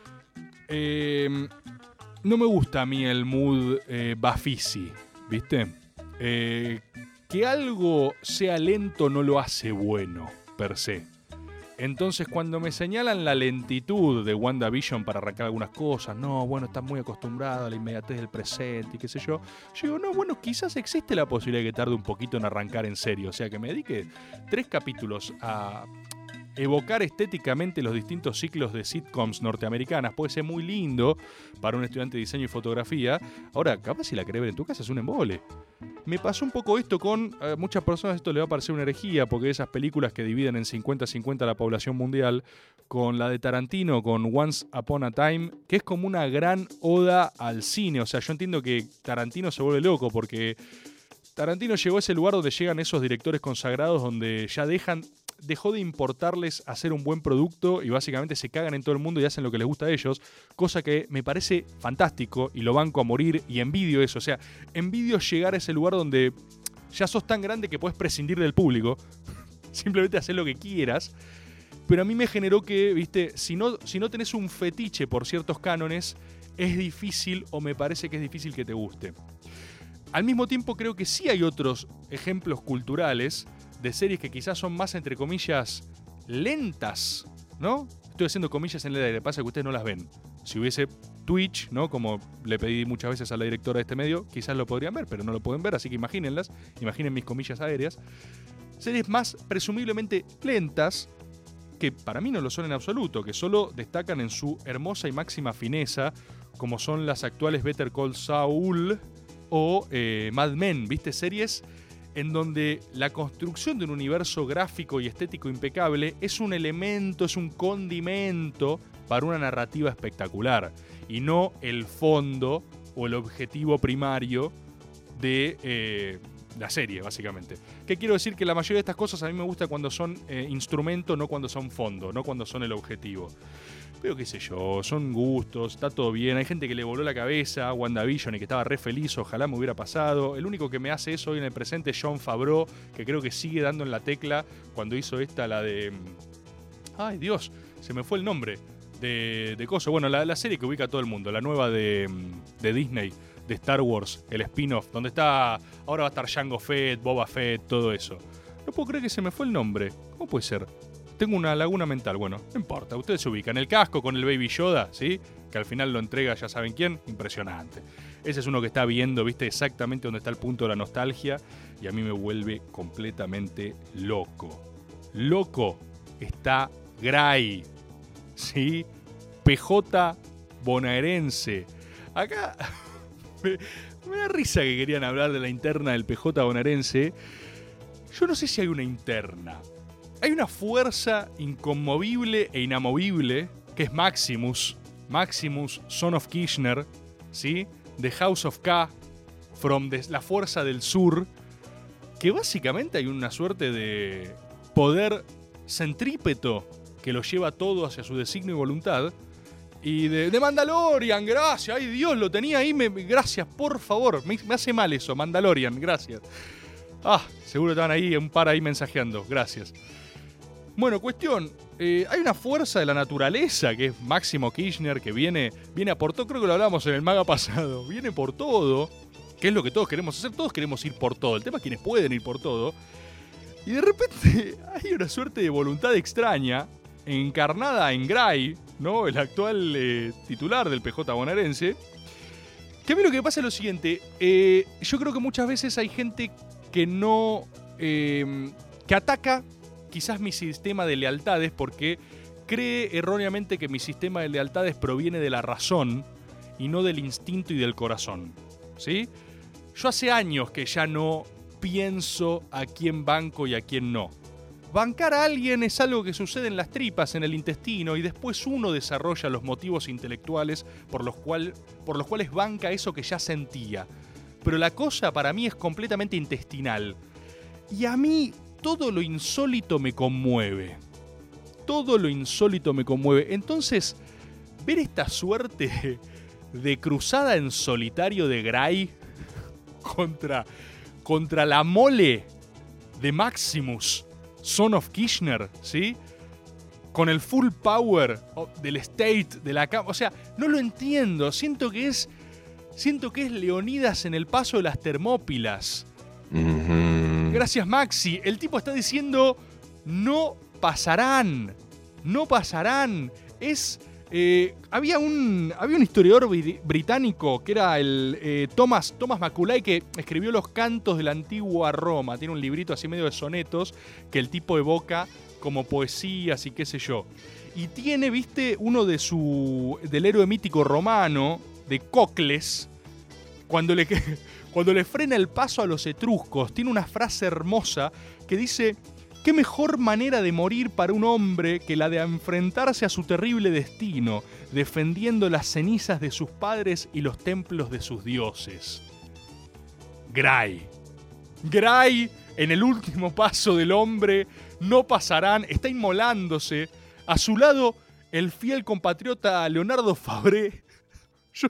No me gusta a mí el mood Bafisi, ¿viste? Que algo sea lento no lo hace bueno, per se. Entonces, cuando me señalan la lentitud de WandaVision para arrancar algunas cosas, no, bueno, estás muy acostumbrado a la inmediatez del presente y qué sé yo digo, no, bueno, quizás existe la posibilidad de que tarde un poquito en arrancar en serio. O sea, que me dedique 3 capítulos a evocar estéticamente los distintos ciclos de sitcoms norteamericanas. Puede ser muy lindo para un estudiante de diseño y fotografía. Ahora, capaz si la querés ver en tu casa es un embole. Me pasó un poco esto con muchas personas, esto le va a parecer una herejía, porque esas películas que dividen en 50-50 la población mundial, con la de Tarantino, con Once Upon a Time, que es como una gran oda al cine. O sea, yo entiendo que Tarantino se vuelve loco, porque Tarantino llegó a ese lugar donde llegan esos directores consagrados, donde ya dejó de importarles hacer un buen producto y básicamente se cagan en todo el mundo y hacen lo que les gusta a ellos, cosa que me parece fantástico y lo banco a morir y envidio eso. O sea, envidio llegar a ese lugar donde ya sos tan grande que podés prescindir del público, simplemente hacer lo que quieras. Pero a mí me generó que, viste, si no tenés un fetiche por ciertos cánones, es difícil, o me parece que es difícil que te guste. Al mismo tiempo creo que sí hay otros ejemplos culturales de series que quizás son más, entre comillas, lentas, ¿no? Estoy haciendo comillas en el aire, pasa que ustedes no las ven. Si hubiese Twitch, ¿no? Como le pedí muchas veces a la directora de este medio, quizás lo podrían ver, pero no lo pueden ver, así que imagínenlas, imaginen mis comillas aéreas. Series más presumiblemente lentas, que para mí no lo son en absoluto, que solo destacan en su hermosa y máxima fineza, como son las actuales Better Call Saul o Mad Men, ¿viste? Series en donde la construcción de un universo gráfico y estético impecable es un elemento, es un condimento para una narrativa espectacular, y no el fondo o el objetivo primario de la serie, básicamente. ¿Qué quiero decir? Que la mayoría de estas cosas a mí me gusta cuando son instrumento, no cuando son fondo, no cuando son el objetivo. Pero qué sé yo, son gustos, está todo bien. Hay gente que le voló la cabeza a WandaVision y que estaba re feliz, ojalá me hubiera pasado. El único que me hace eso hoy en el presente es Jon Favreau, que creo que sigue dando en la tecla cuando hizo la de... Ay, Dios, se me fue el nombre de cosas. Bueno, la serie que ubica a todo el mundo, la nueva de Disney, de Star Wars, el spin-off, donde está... Ahora va a estar Jango Fett, Boba Fett, todo eso. No puedo creer que se me fue el nombre. ¿Cómo puede ser? Tengo una laguna mental. Bueno, no importa, ustedes se ubican. El casco con el Baby Yoda, ¿sí? Que al final lo entrega, ya saben quién. Impresionante. Ese es uno que está viendo, ¿viste? Exactamente donde está el punto de la nostalgia. Y a mí me vuelve completamente loco. Loco está Gray, ¿sí? PJ bonaerense. Acá me da risa que querían hablar de la interna del PJ bonaerense. Yo no sé si hay una interna. Hay una fuerza inconmovible e inamovible que es Maximus, son of Kirchner, ¿sí? The House of K, from la Fuerza del Sur, que básicamente hay una suerte de poder centrípeto que lo lleva todo hacia su designio y voluntad. Y de Mandalorian, gracias, ay Dios, lo tenía ahí, gracias, por favor, me hace mal eso, Mandalorian, gracias. Seguro estaban ahí, un par ahí mensajeando, gracias. Bueno, cuestión, hay una fuerza de la naturaleza que es Máximo Kirchner, que viene a por todo, creo que lo hablamos en el Maga pasado, viene por todo, que es lo que todos queremos hacer, todos queremos ir por todo, el tema es quienes pueden ir por todo, y de repente hay una suerte de voluntad extraña, encarnada en Gray, ¿no? El actual titular del PJ bonaerense, que a mí lo que pasa es lo siguiente, yo creo que muchas veces hay gente que no, que ataca quizás mi sistema de lealtades porque cree erróneamente que mi sistema de lealtades proviene de la razón y no del instinto y del corazón, ¿sí? Yo hace años que ya no pienso a quién banco y a quién no. Bancar a alguien es algo que sucede en las tripas, en el intestino, y después uno desarrolla los motivos intelectuales por los cuales banca eso que ya sentía. Pero la cosa para mí es completamente intestinal. Y a mí todo lo insólito me conmueve. Todo lo insólito me conmueve. Entonces, ver esta suerte de cruzada en solitario de Gray contra la mole de Maximus, son of Kirchner, ¿sí? Con el full power del state, de la cama. O sea, no lo entiendo. Siento que es Leonidas en el paso de las Termópilas. Gracias, Maxi. El tipo está diciendo, no pasarán. Había un historiador británico que era el Thomas Macaulay, que escribió los cantos de la antigua Roma. Tiene un librito así medio de sonetos que el tipo evoca como poesías y qué sé yo. Y tiene, viste, uno del héroe mítico romano, de Cocles, cuando le frena el paso a los etruscos. Tiene una frase hermosa que dice: ¿qué mejor manera de morir para un hombre que la de enfrentarse a su terrible destino, defendiendo las cenizas de sus padres y los templos de sus dioses? Gray, en el último paso del hombre, no pasarán, está inmolándose. A su lado, el fiel compatriota Leonardo Fabré. Yo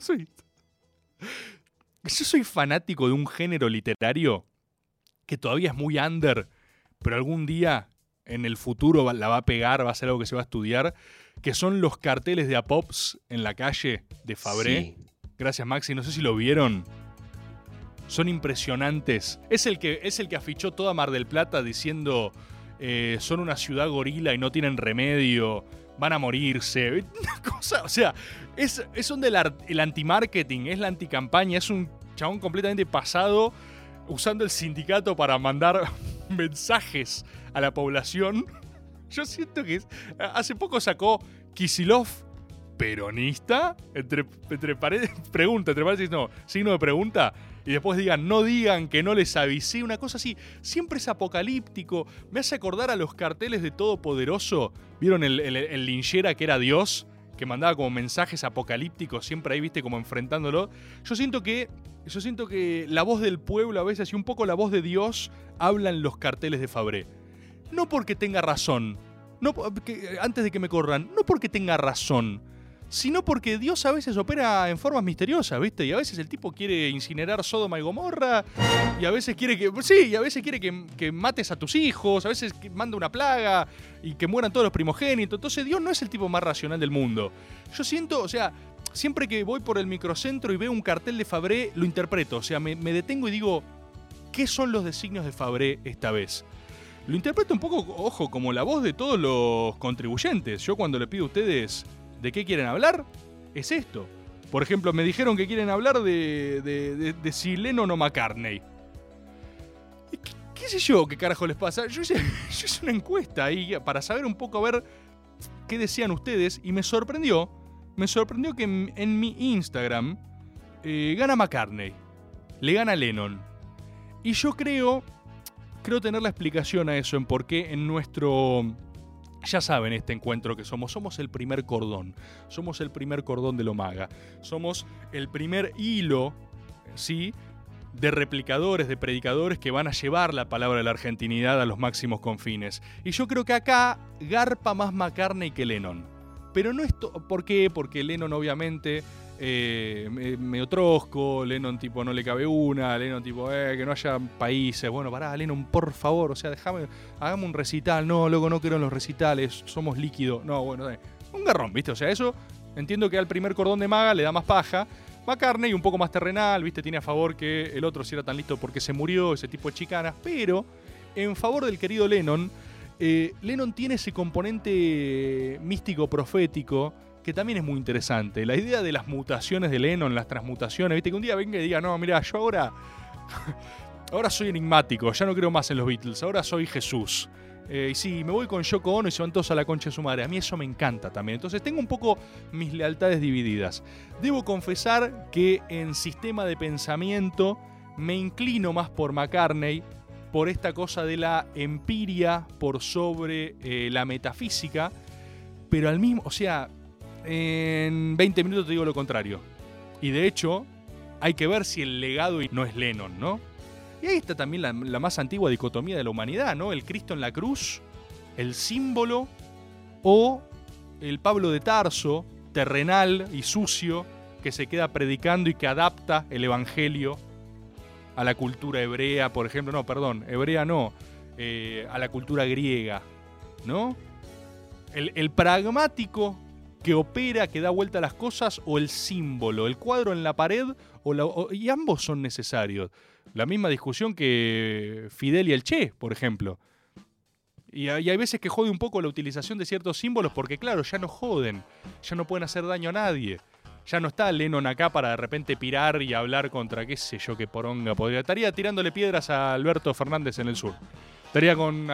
soy fanático de un género literario que todavía es muy under, pero algún día en el futuro la va a pegar, va a ser algo que se va a estudiar, que son los carteles de Apops en la calle de Fabré. Sí. Gracias, Maxi, no sé si lo vieron. Son impresionantes. Es el que afichó toda Mar del Plata diciendo son una ciudad gorila y no tienen remedio. van a morirse. Una cosa, o sea, es el anti-marketing, es la anti-campaña, es un chabón completamente pasado usando el sindicato para mandar mensajes a la población. Yo siento que hace poco sacó Kicillof peronista, entre pregunta, entre paréntesis, no, signo de pregunta, y después no digan que no les avisé, una cosa así. Siempre es apocalíptico. Me hace acordar a los carteles de Todopoderoso. ¿Vieron el linchera que era Dios? Que mandaba como mensajes apocalípticos, siempre ahí, viste, como enfrentándolo. Yo siento que la voz del pueblo a veces y un poco la voz de Dios hablan los carteles de Fabré. No porque tenga razón, antes de que me corran, no porque tenga razón, sino porque Dios a veces opera en formas misteriosas, ¿viste? Y a veces el tipo quiere incinerar Sodoma y Gomorra, y a veces quiere que mates a tus hijos, a veces que manda una plaga y que mueran todos los primogénitos. Entonces Dios no es el tipo más racional del mundo. Yo siento, o sea, siempre que voy por el microcentro y veo un cartel de Fabré, lo interpreto. O sea, me detengo y digo, ¿qué son los designios de Fabré esta vez? Lo interpreto un poco, ojo, como la voz de todos los contribuyentes. Yo cuando le pido a ustedes de qué quieren hablar, es esto. Por ejemplo, me dijeron que quieren hablar de si Lennon o McCartney. ¿Qué sé yo qué carajo les pasa? Yo hice una encuesta ahí para saber un poco a ver qué decían ustedes y me sorprendió que en mi Instagram gana McCartney, le gana Lennon. Y yo creo tener la explicación a eso en por qué en nuestro... Ya saben este encuentro que somos el primer cordón, somos el primer cordón de Lomaga, somos el primer hilo, ¿sí?, de replicadores, de predicadores que van a llevar la palabra de la argentinidad a los máximos confines. Y yo creo que acá garpa más McCartney que Lennon. Pero no es... ¿Por qué? Porque Lennon obviamente... medio trosco, Lennon tipo no le cabe una, Lennon tipo que no haya países, bueno, pará Lennon, por favor, o sea, hagamos un recital, no, loco, no quiero en los recitales, somos líquido, no, bueno, un garrón, ¿viste? O sea, eso entiendo que al primer cordón de Maga le da más paja. McCartney un poco más terrenal, ¿viste? Tiene a favor que el otro si era tan listo porque se murió, ese tipo de chicanas, pero en favor del querido Lennon, Lennon tiene ese componente místico profético que también es muy interesante. La idea de las mutaciones de Lennon, las transmutaciones, ¿viste? Que un día venga y diga, no, mira, yo ahora soy enigmático, ya no creo más en los Beatles, ahora soy Jesús. Y sí, me voy con Yoko Ono y se van todos a la concha de su madre. A mí eso me encanta también. Entonces tengo un poco mis lealtades divididas. Debo confesar que en sistema de pensamiento me inclino más por McCartney, por esta cosa de la empiria por sobre la metafísica, pero al mismo, o sea... En 20 minutos te digo lo contrario. Y de hecho, hay que ver si el legado no es Lennon, ¿no? Y ahí está también la más antigua dicotomía de la humanidad, ¿no? El Cristo en la cruz, el símbolo, o el Pablo de Tarso, terrenal y sucio, que se queda predicando y que adapta el evangelio a la cultura hebrea, por ejemplo. No, perdón, hebrea no. A la cultura griega, ¿no? El pragmático que opera, que da vuelta a las cosas, o el símbolo, el cuadro en la pared, y ambos son necesarios. La misma discusión que Fidel y el Che, por ejemplo. Y hay veces que jode un poco la utilización de ciertos símbolos porque, claro, ya no joden, ya no pueden hacer daño a nadie. Ya no está Lennon acá para de repente pirar y hablar contra qué sé yo qué poronga podría. Estaría tirándole piedras a Alberto Fernández en el sur. Estaría con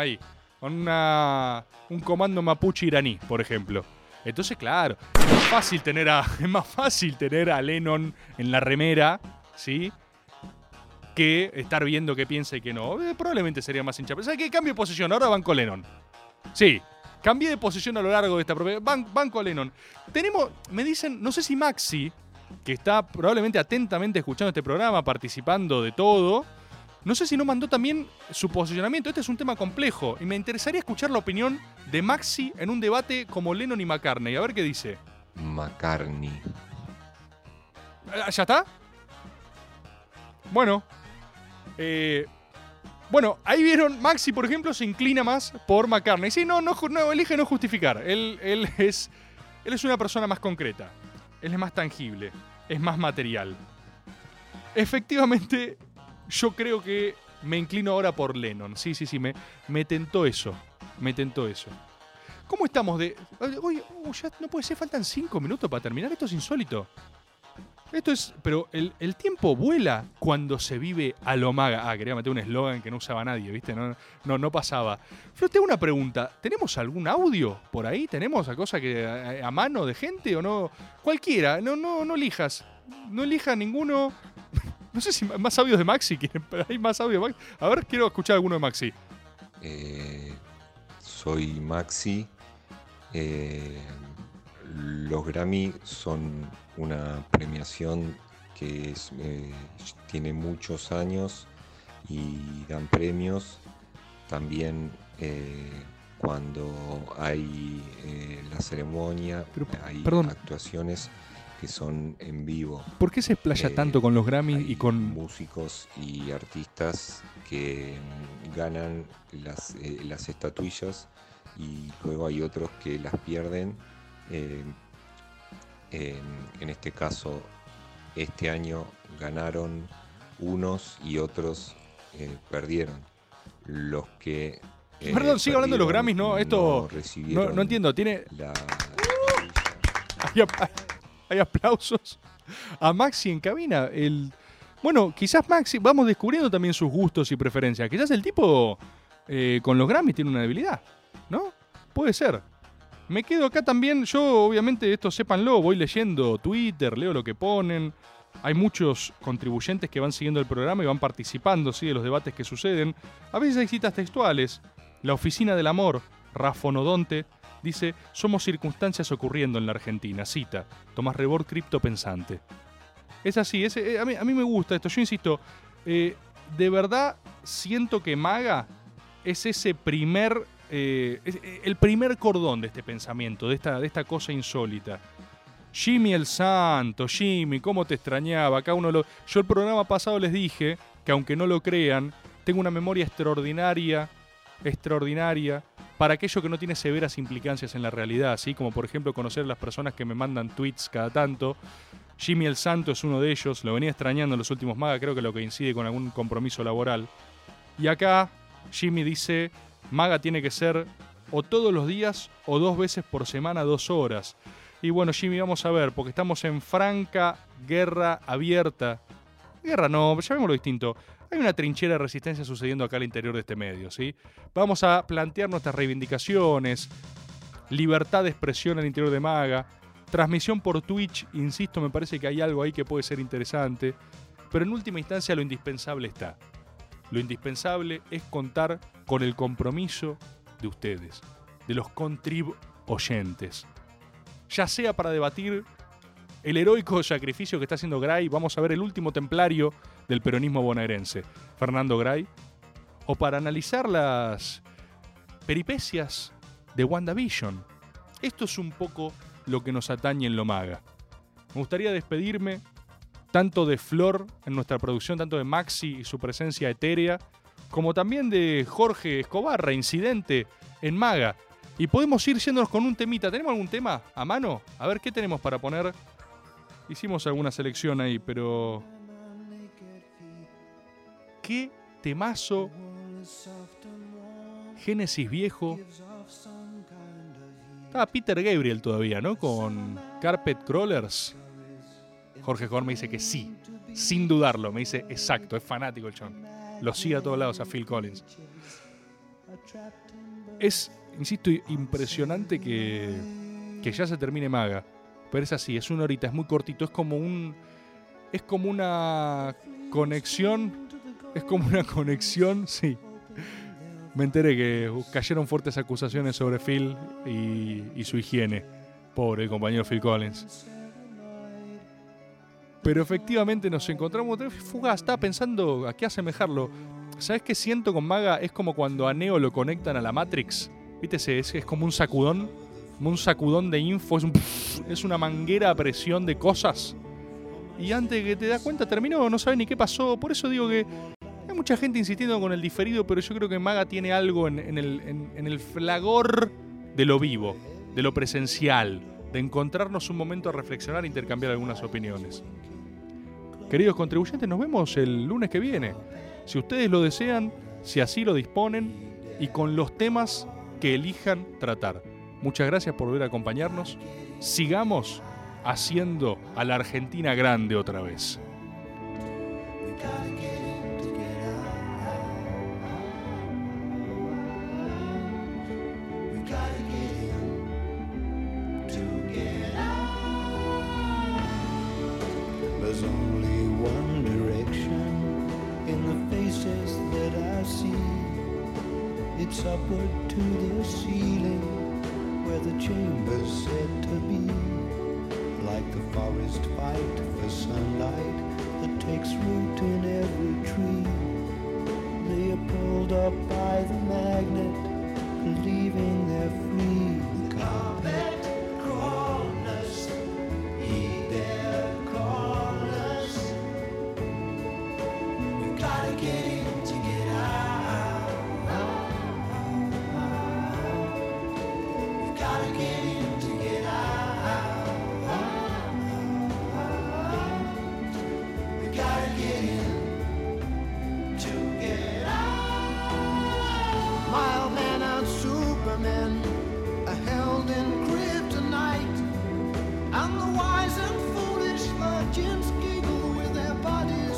un comando mapuche iraní, por ejemplo. Entonces, claro, es más fácil tener a Lennon en la remera, ¿sí?, que estar viendo qué piensa y qué no. Probablemente sería más hincha. ¿Sabes qué? Cambio de posición, ahora banco Lennon. Sí, cambié de posición a lo largo de esta propia... Banco Lennon. Me dicen, no sé si Maxi, que está probablemente atentamente escuchando este programa, participando de todo, no sé si no mandó también su posicionamiento. Este es un tema complejo y me interesaría escuchar la opinión de Maxi en un debate como Lennon y McCartney. A ver qué dice. McCartney. ¿Ya está? Bueno. Bueno, ahí vieron, Maxi, por ejemplo, se inclina más por McCartney. Sí, no elige no justificar. Él es una persona más concreta. Él es más tangible. Es más material. Efectivamente... Yo creo que me inclino ahora por Lennon. Sí, me tentó eso. ¿Cómo estamos de...? Oye, ya no puede ser, faltan 5 minutos para terminar. Esto es insólito. Esto es... Pero el tiempo vuela cuando se vive a lo Maga. Quería meter un eslogan que no usaba nadie, ¿viste? No pasaba. Pero tengo una pregunta. ¿Tenemos algún audio por ahí? ¿Tenemos a cosa que a mano de gente o no? Cualquiera. No elijas. No elijas ninguno. No sé si más audios de Maxi quieren, pero hay más audios de Maxi. A ver, quiero escuchar alguno de Maxi. Soy Maxi. Los Grammy son una premiación que tiene muchos años y dan premios. También cuando hay la ceremonia, hay actuaciones que son en vivo. ¿Por qué se explaya tanto con los Grammy y con músicos y artistas que ganan las estatuillas y luego hay otros que las pierden? En este caso, este año ganaron unos y otros perdieron. Los que perdón, sigue hablando de los Grammys, ¿no? Esto no entiendo. Tiene hay aplausos a Maxi en cabina. Bueno, quizás Maxi, vamos descubriendo también sus gustos y preferencias. Quizás el tipo con los Grammys tiene una debilidad, ¿no? Puede ser. Me quedo acá también. Yo, obviamente, esto sépanlo, voy leyendo Twitter, leo lo que ponen. Hay muchos contribuyentes que van siguiendo el programa y van participando, ¿sí?, de los debates que suceden. A veces hay citas textuales. La Oficina del Amor, Rafonodonte, dice: somos circunstancias ocurriendo en la Argentina. Cita, Tomás Rebord, criptopensante. Es así, a mí me gusta esto. Yo insisto, de verdad siento que Maga es ese el primer cordón de este pensamiento, de esta cosa insólita. Jimmy el Santo, Jimmy, cómo te extrañaba. Acá yo el programa pasado les dije que, aunque no lo crean, tengo una memoria extraordinaria para aquello que no tiene severas implicancias en la realidad, ¿sí? Como por ejemplo conocer a las personas que me mandan tweets cada tanto. Jimmy el Santo es uno de ellos, lo venía extrañando en los últimos Maga, creo que lo coincide con algún compromiso laboral. Y acá Jimmy dice: Maga tiene que ser o todos los días o 2 veces por semana, 2 horas. Y bueno, Jimmy, vamos a ver, porque estamos en franca guerra abierta. Guerra no, llamémoslo distinto. Hay una trinchera de resistencia sucediendo acá al interior de este medio, ¿sí? Vamos a plantear nuestras reivindicaciones, libertad de expresión al interior de Maga, transmisión por Twitch, insisto, me parece que hay algo ahí que puede ser interesante, pero en última instancia lo indispensable está. Lo indispensable es contar con el compromiso de ustedes, de los contribuyentes. Ya sea para debatir el heroico sacrificio que está haciendo Gray, vamos a ver el último templario del peronismo bonaerense, Fernando Gray, o para analizar las peripecias de WandaVision. Esto es un poco lo que nos atañe en lo Maga. Me gustaría despedirme tanto de Flor en nuestra producción, tanto de Maxi y su presencia etérea, como también de Jorge Escobar, reincidente en Maga. Y podemos ir yéndonos con un temita. ¿Tenemos algún tema a mano? A ver, ¿qué tenemos para poner? Hicimos alguna selección ahí, pero... ¡Qué temazo! Génesis viejo. Estaba Peter Gabriel todavía, ¿no? Con Carpet Crawlers. Jorge Escobar me dice que sí, sin dudarlo. Me dice, exacto, es fanático el chon. Lo sigue a todos lados a Phil Collins. Es, insisto, impresionante que ya se termine Maga. Pero es así, es 1 horita, es muy cortito. Es como una conexión. Es como una conexión, sí. Me enteré que cayeron fuertes acusaciones sobre Phil y su higiene. Pobre el compañero Phil Collins. Pero efectivamente nos encontramos fugaz. Estaba pensando a qué asemejarlo. ¿Sabes qué siento con Maga? Es como cuando a Neo lo conectan a la Matrix. ¿Viste? Es como un sacudón. Como un sacudón de info. Es una manguera a presión de cosas. Y antes de que te das cuenta terminó. No sabes ni qué pasó. Por eso digo que hay mucha gente insistiendo con el diferido. Pero yo creo que Maga tiene algo en el flagor de lo vivo. De lo presencial. De encontrarnos un momento a reflexionar e intercambiar algunas opiniones. Queridos contribuyentes, nos vemos el lunes que viene. Si ustedes lo desean, si así lo disponen y con los temas que elijan tratar. Muchas gracias por volver a acompañarnos. Sigamos haciendo a la Argentina grande otra vez. There's only one direction in the faces that I see. It's upward to the ceiling where the chamber's said to be. Like the forest fight for sunlight that takes root in every tree. They are pulled up by the magnet, believing they're free. The carpet crawlers, heed their callers. We gotta get in to get out. We gotta get in to get out. We gotta get in to get out. Mild man and Superman are held in kryptonite, and the wise and foolish virgins giggle with their bodies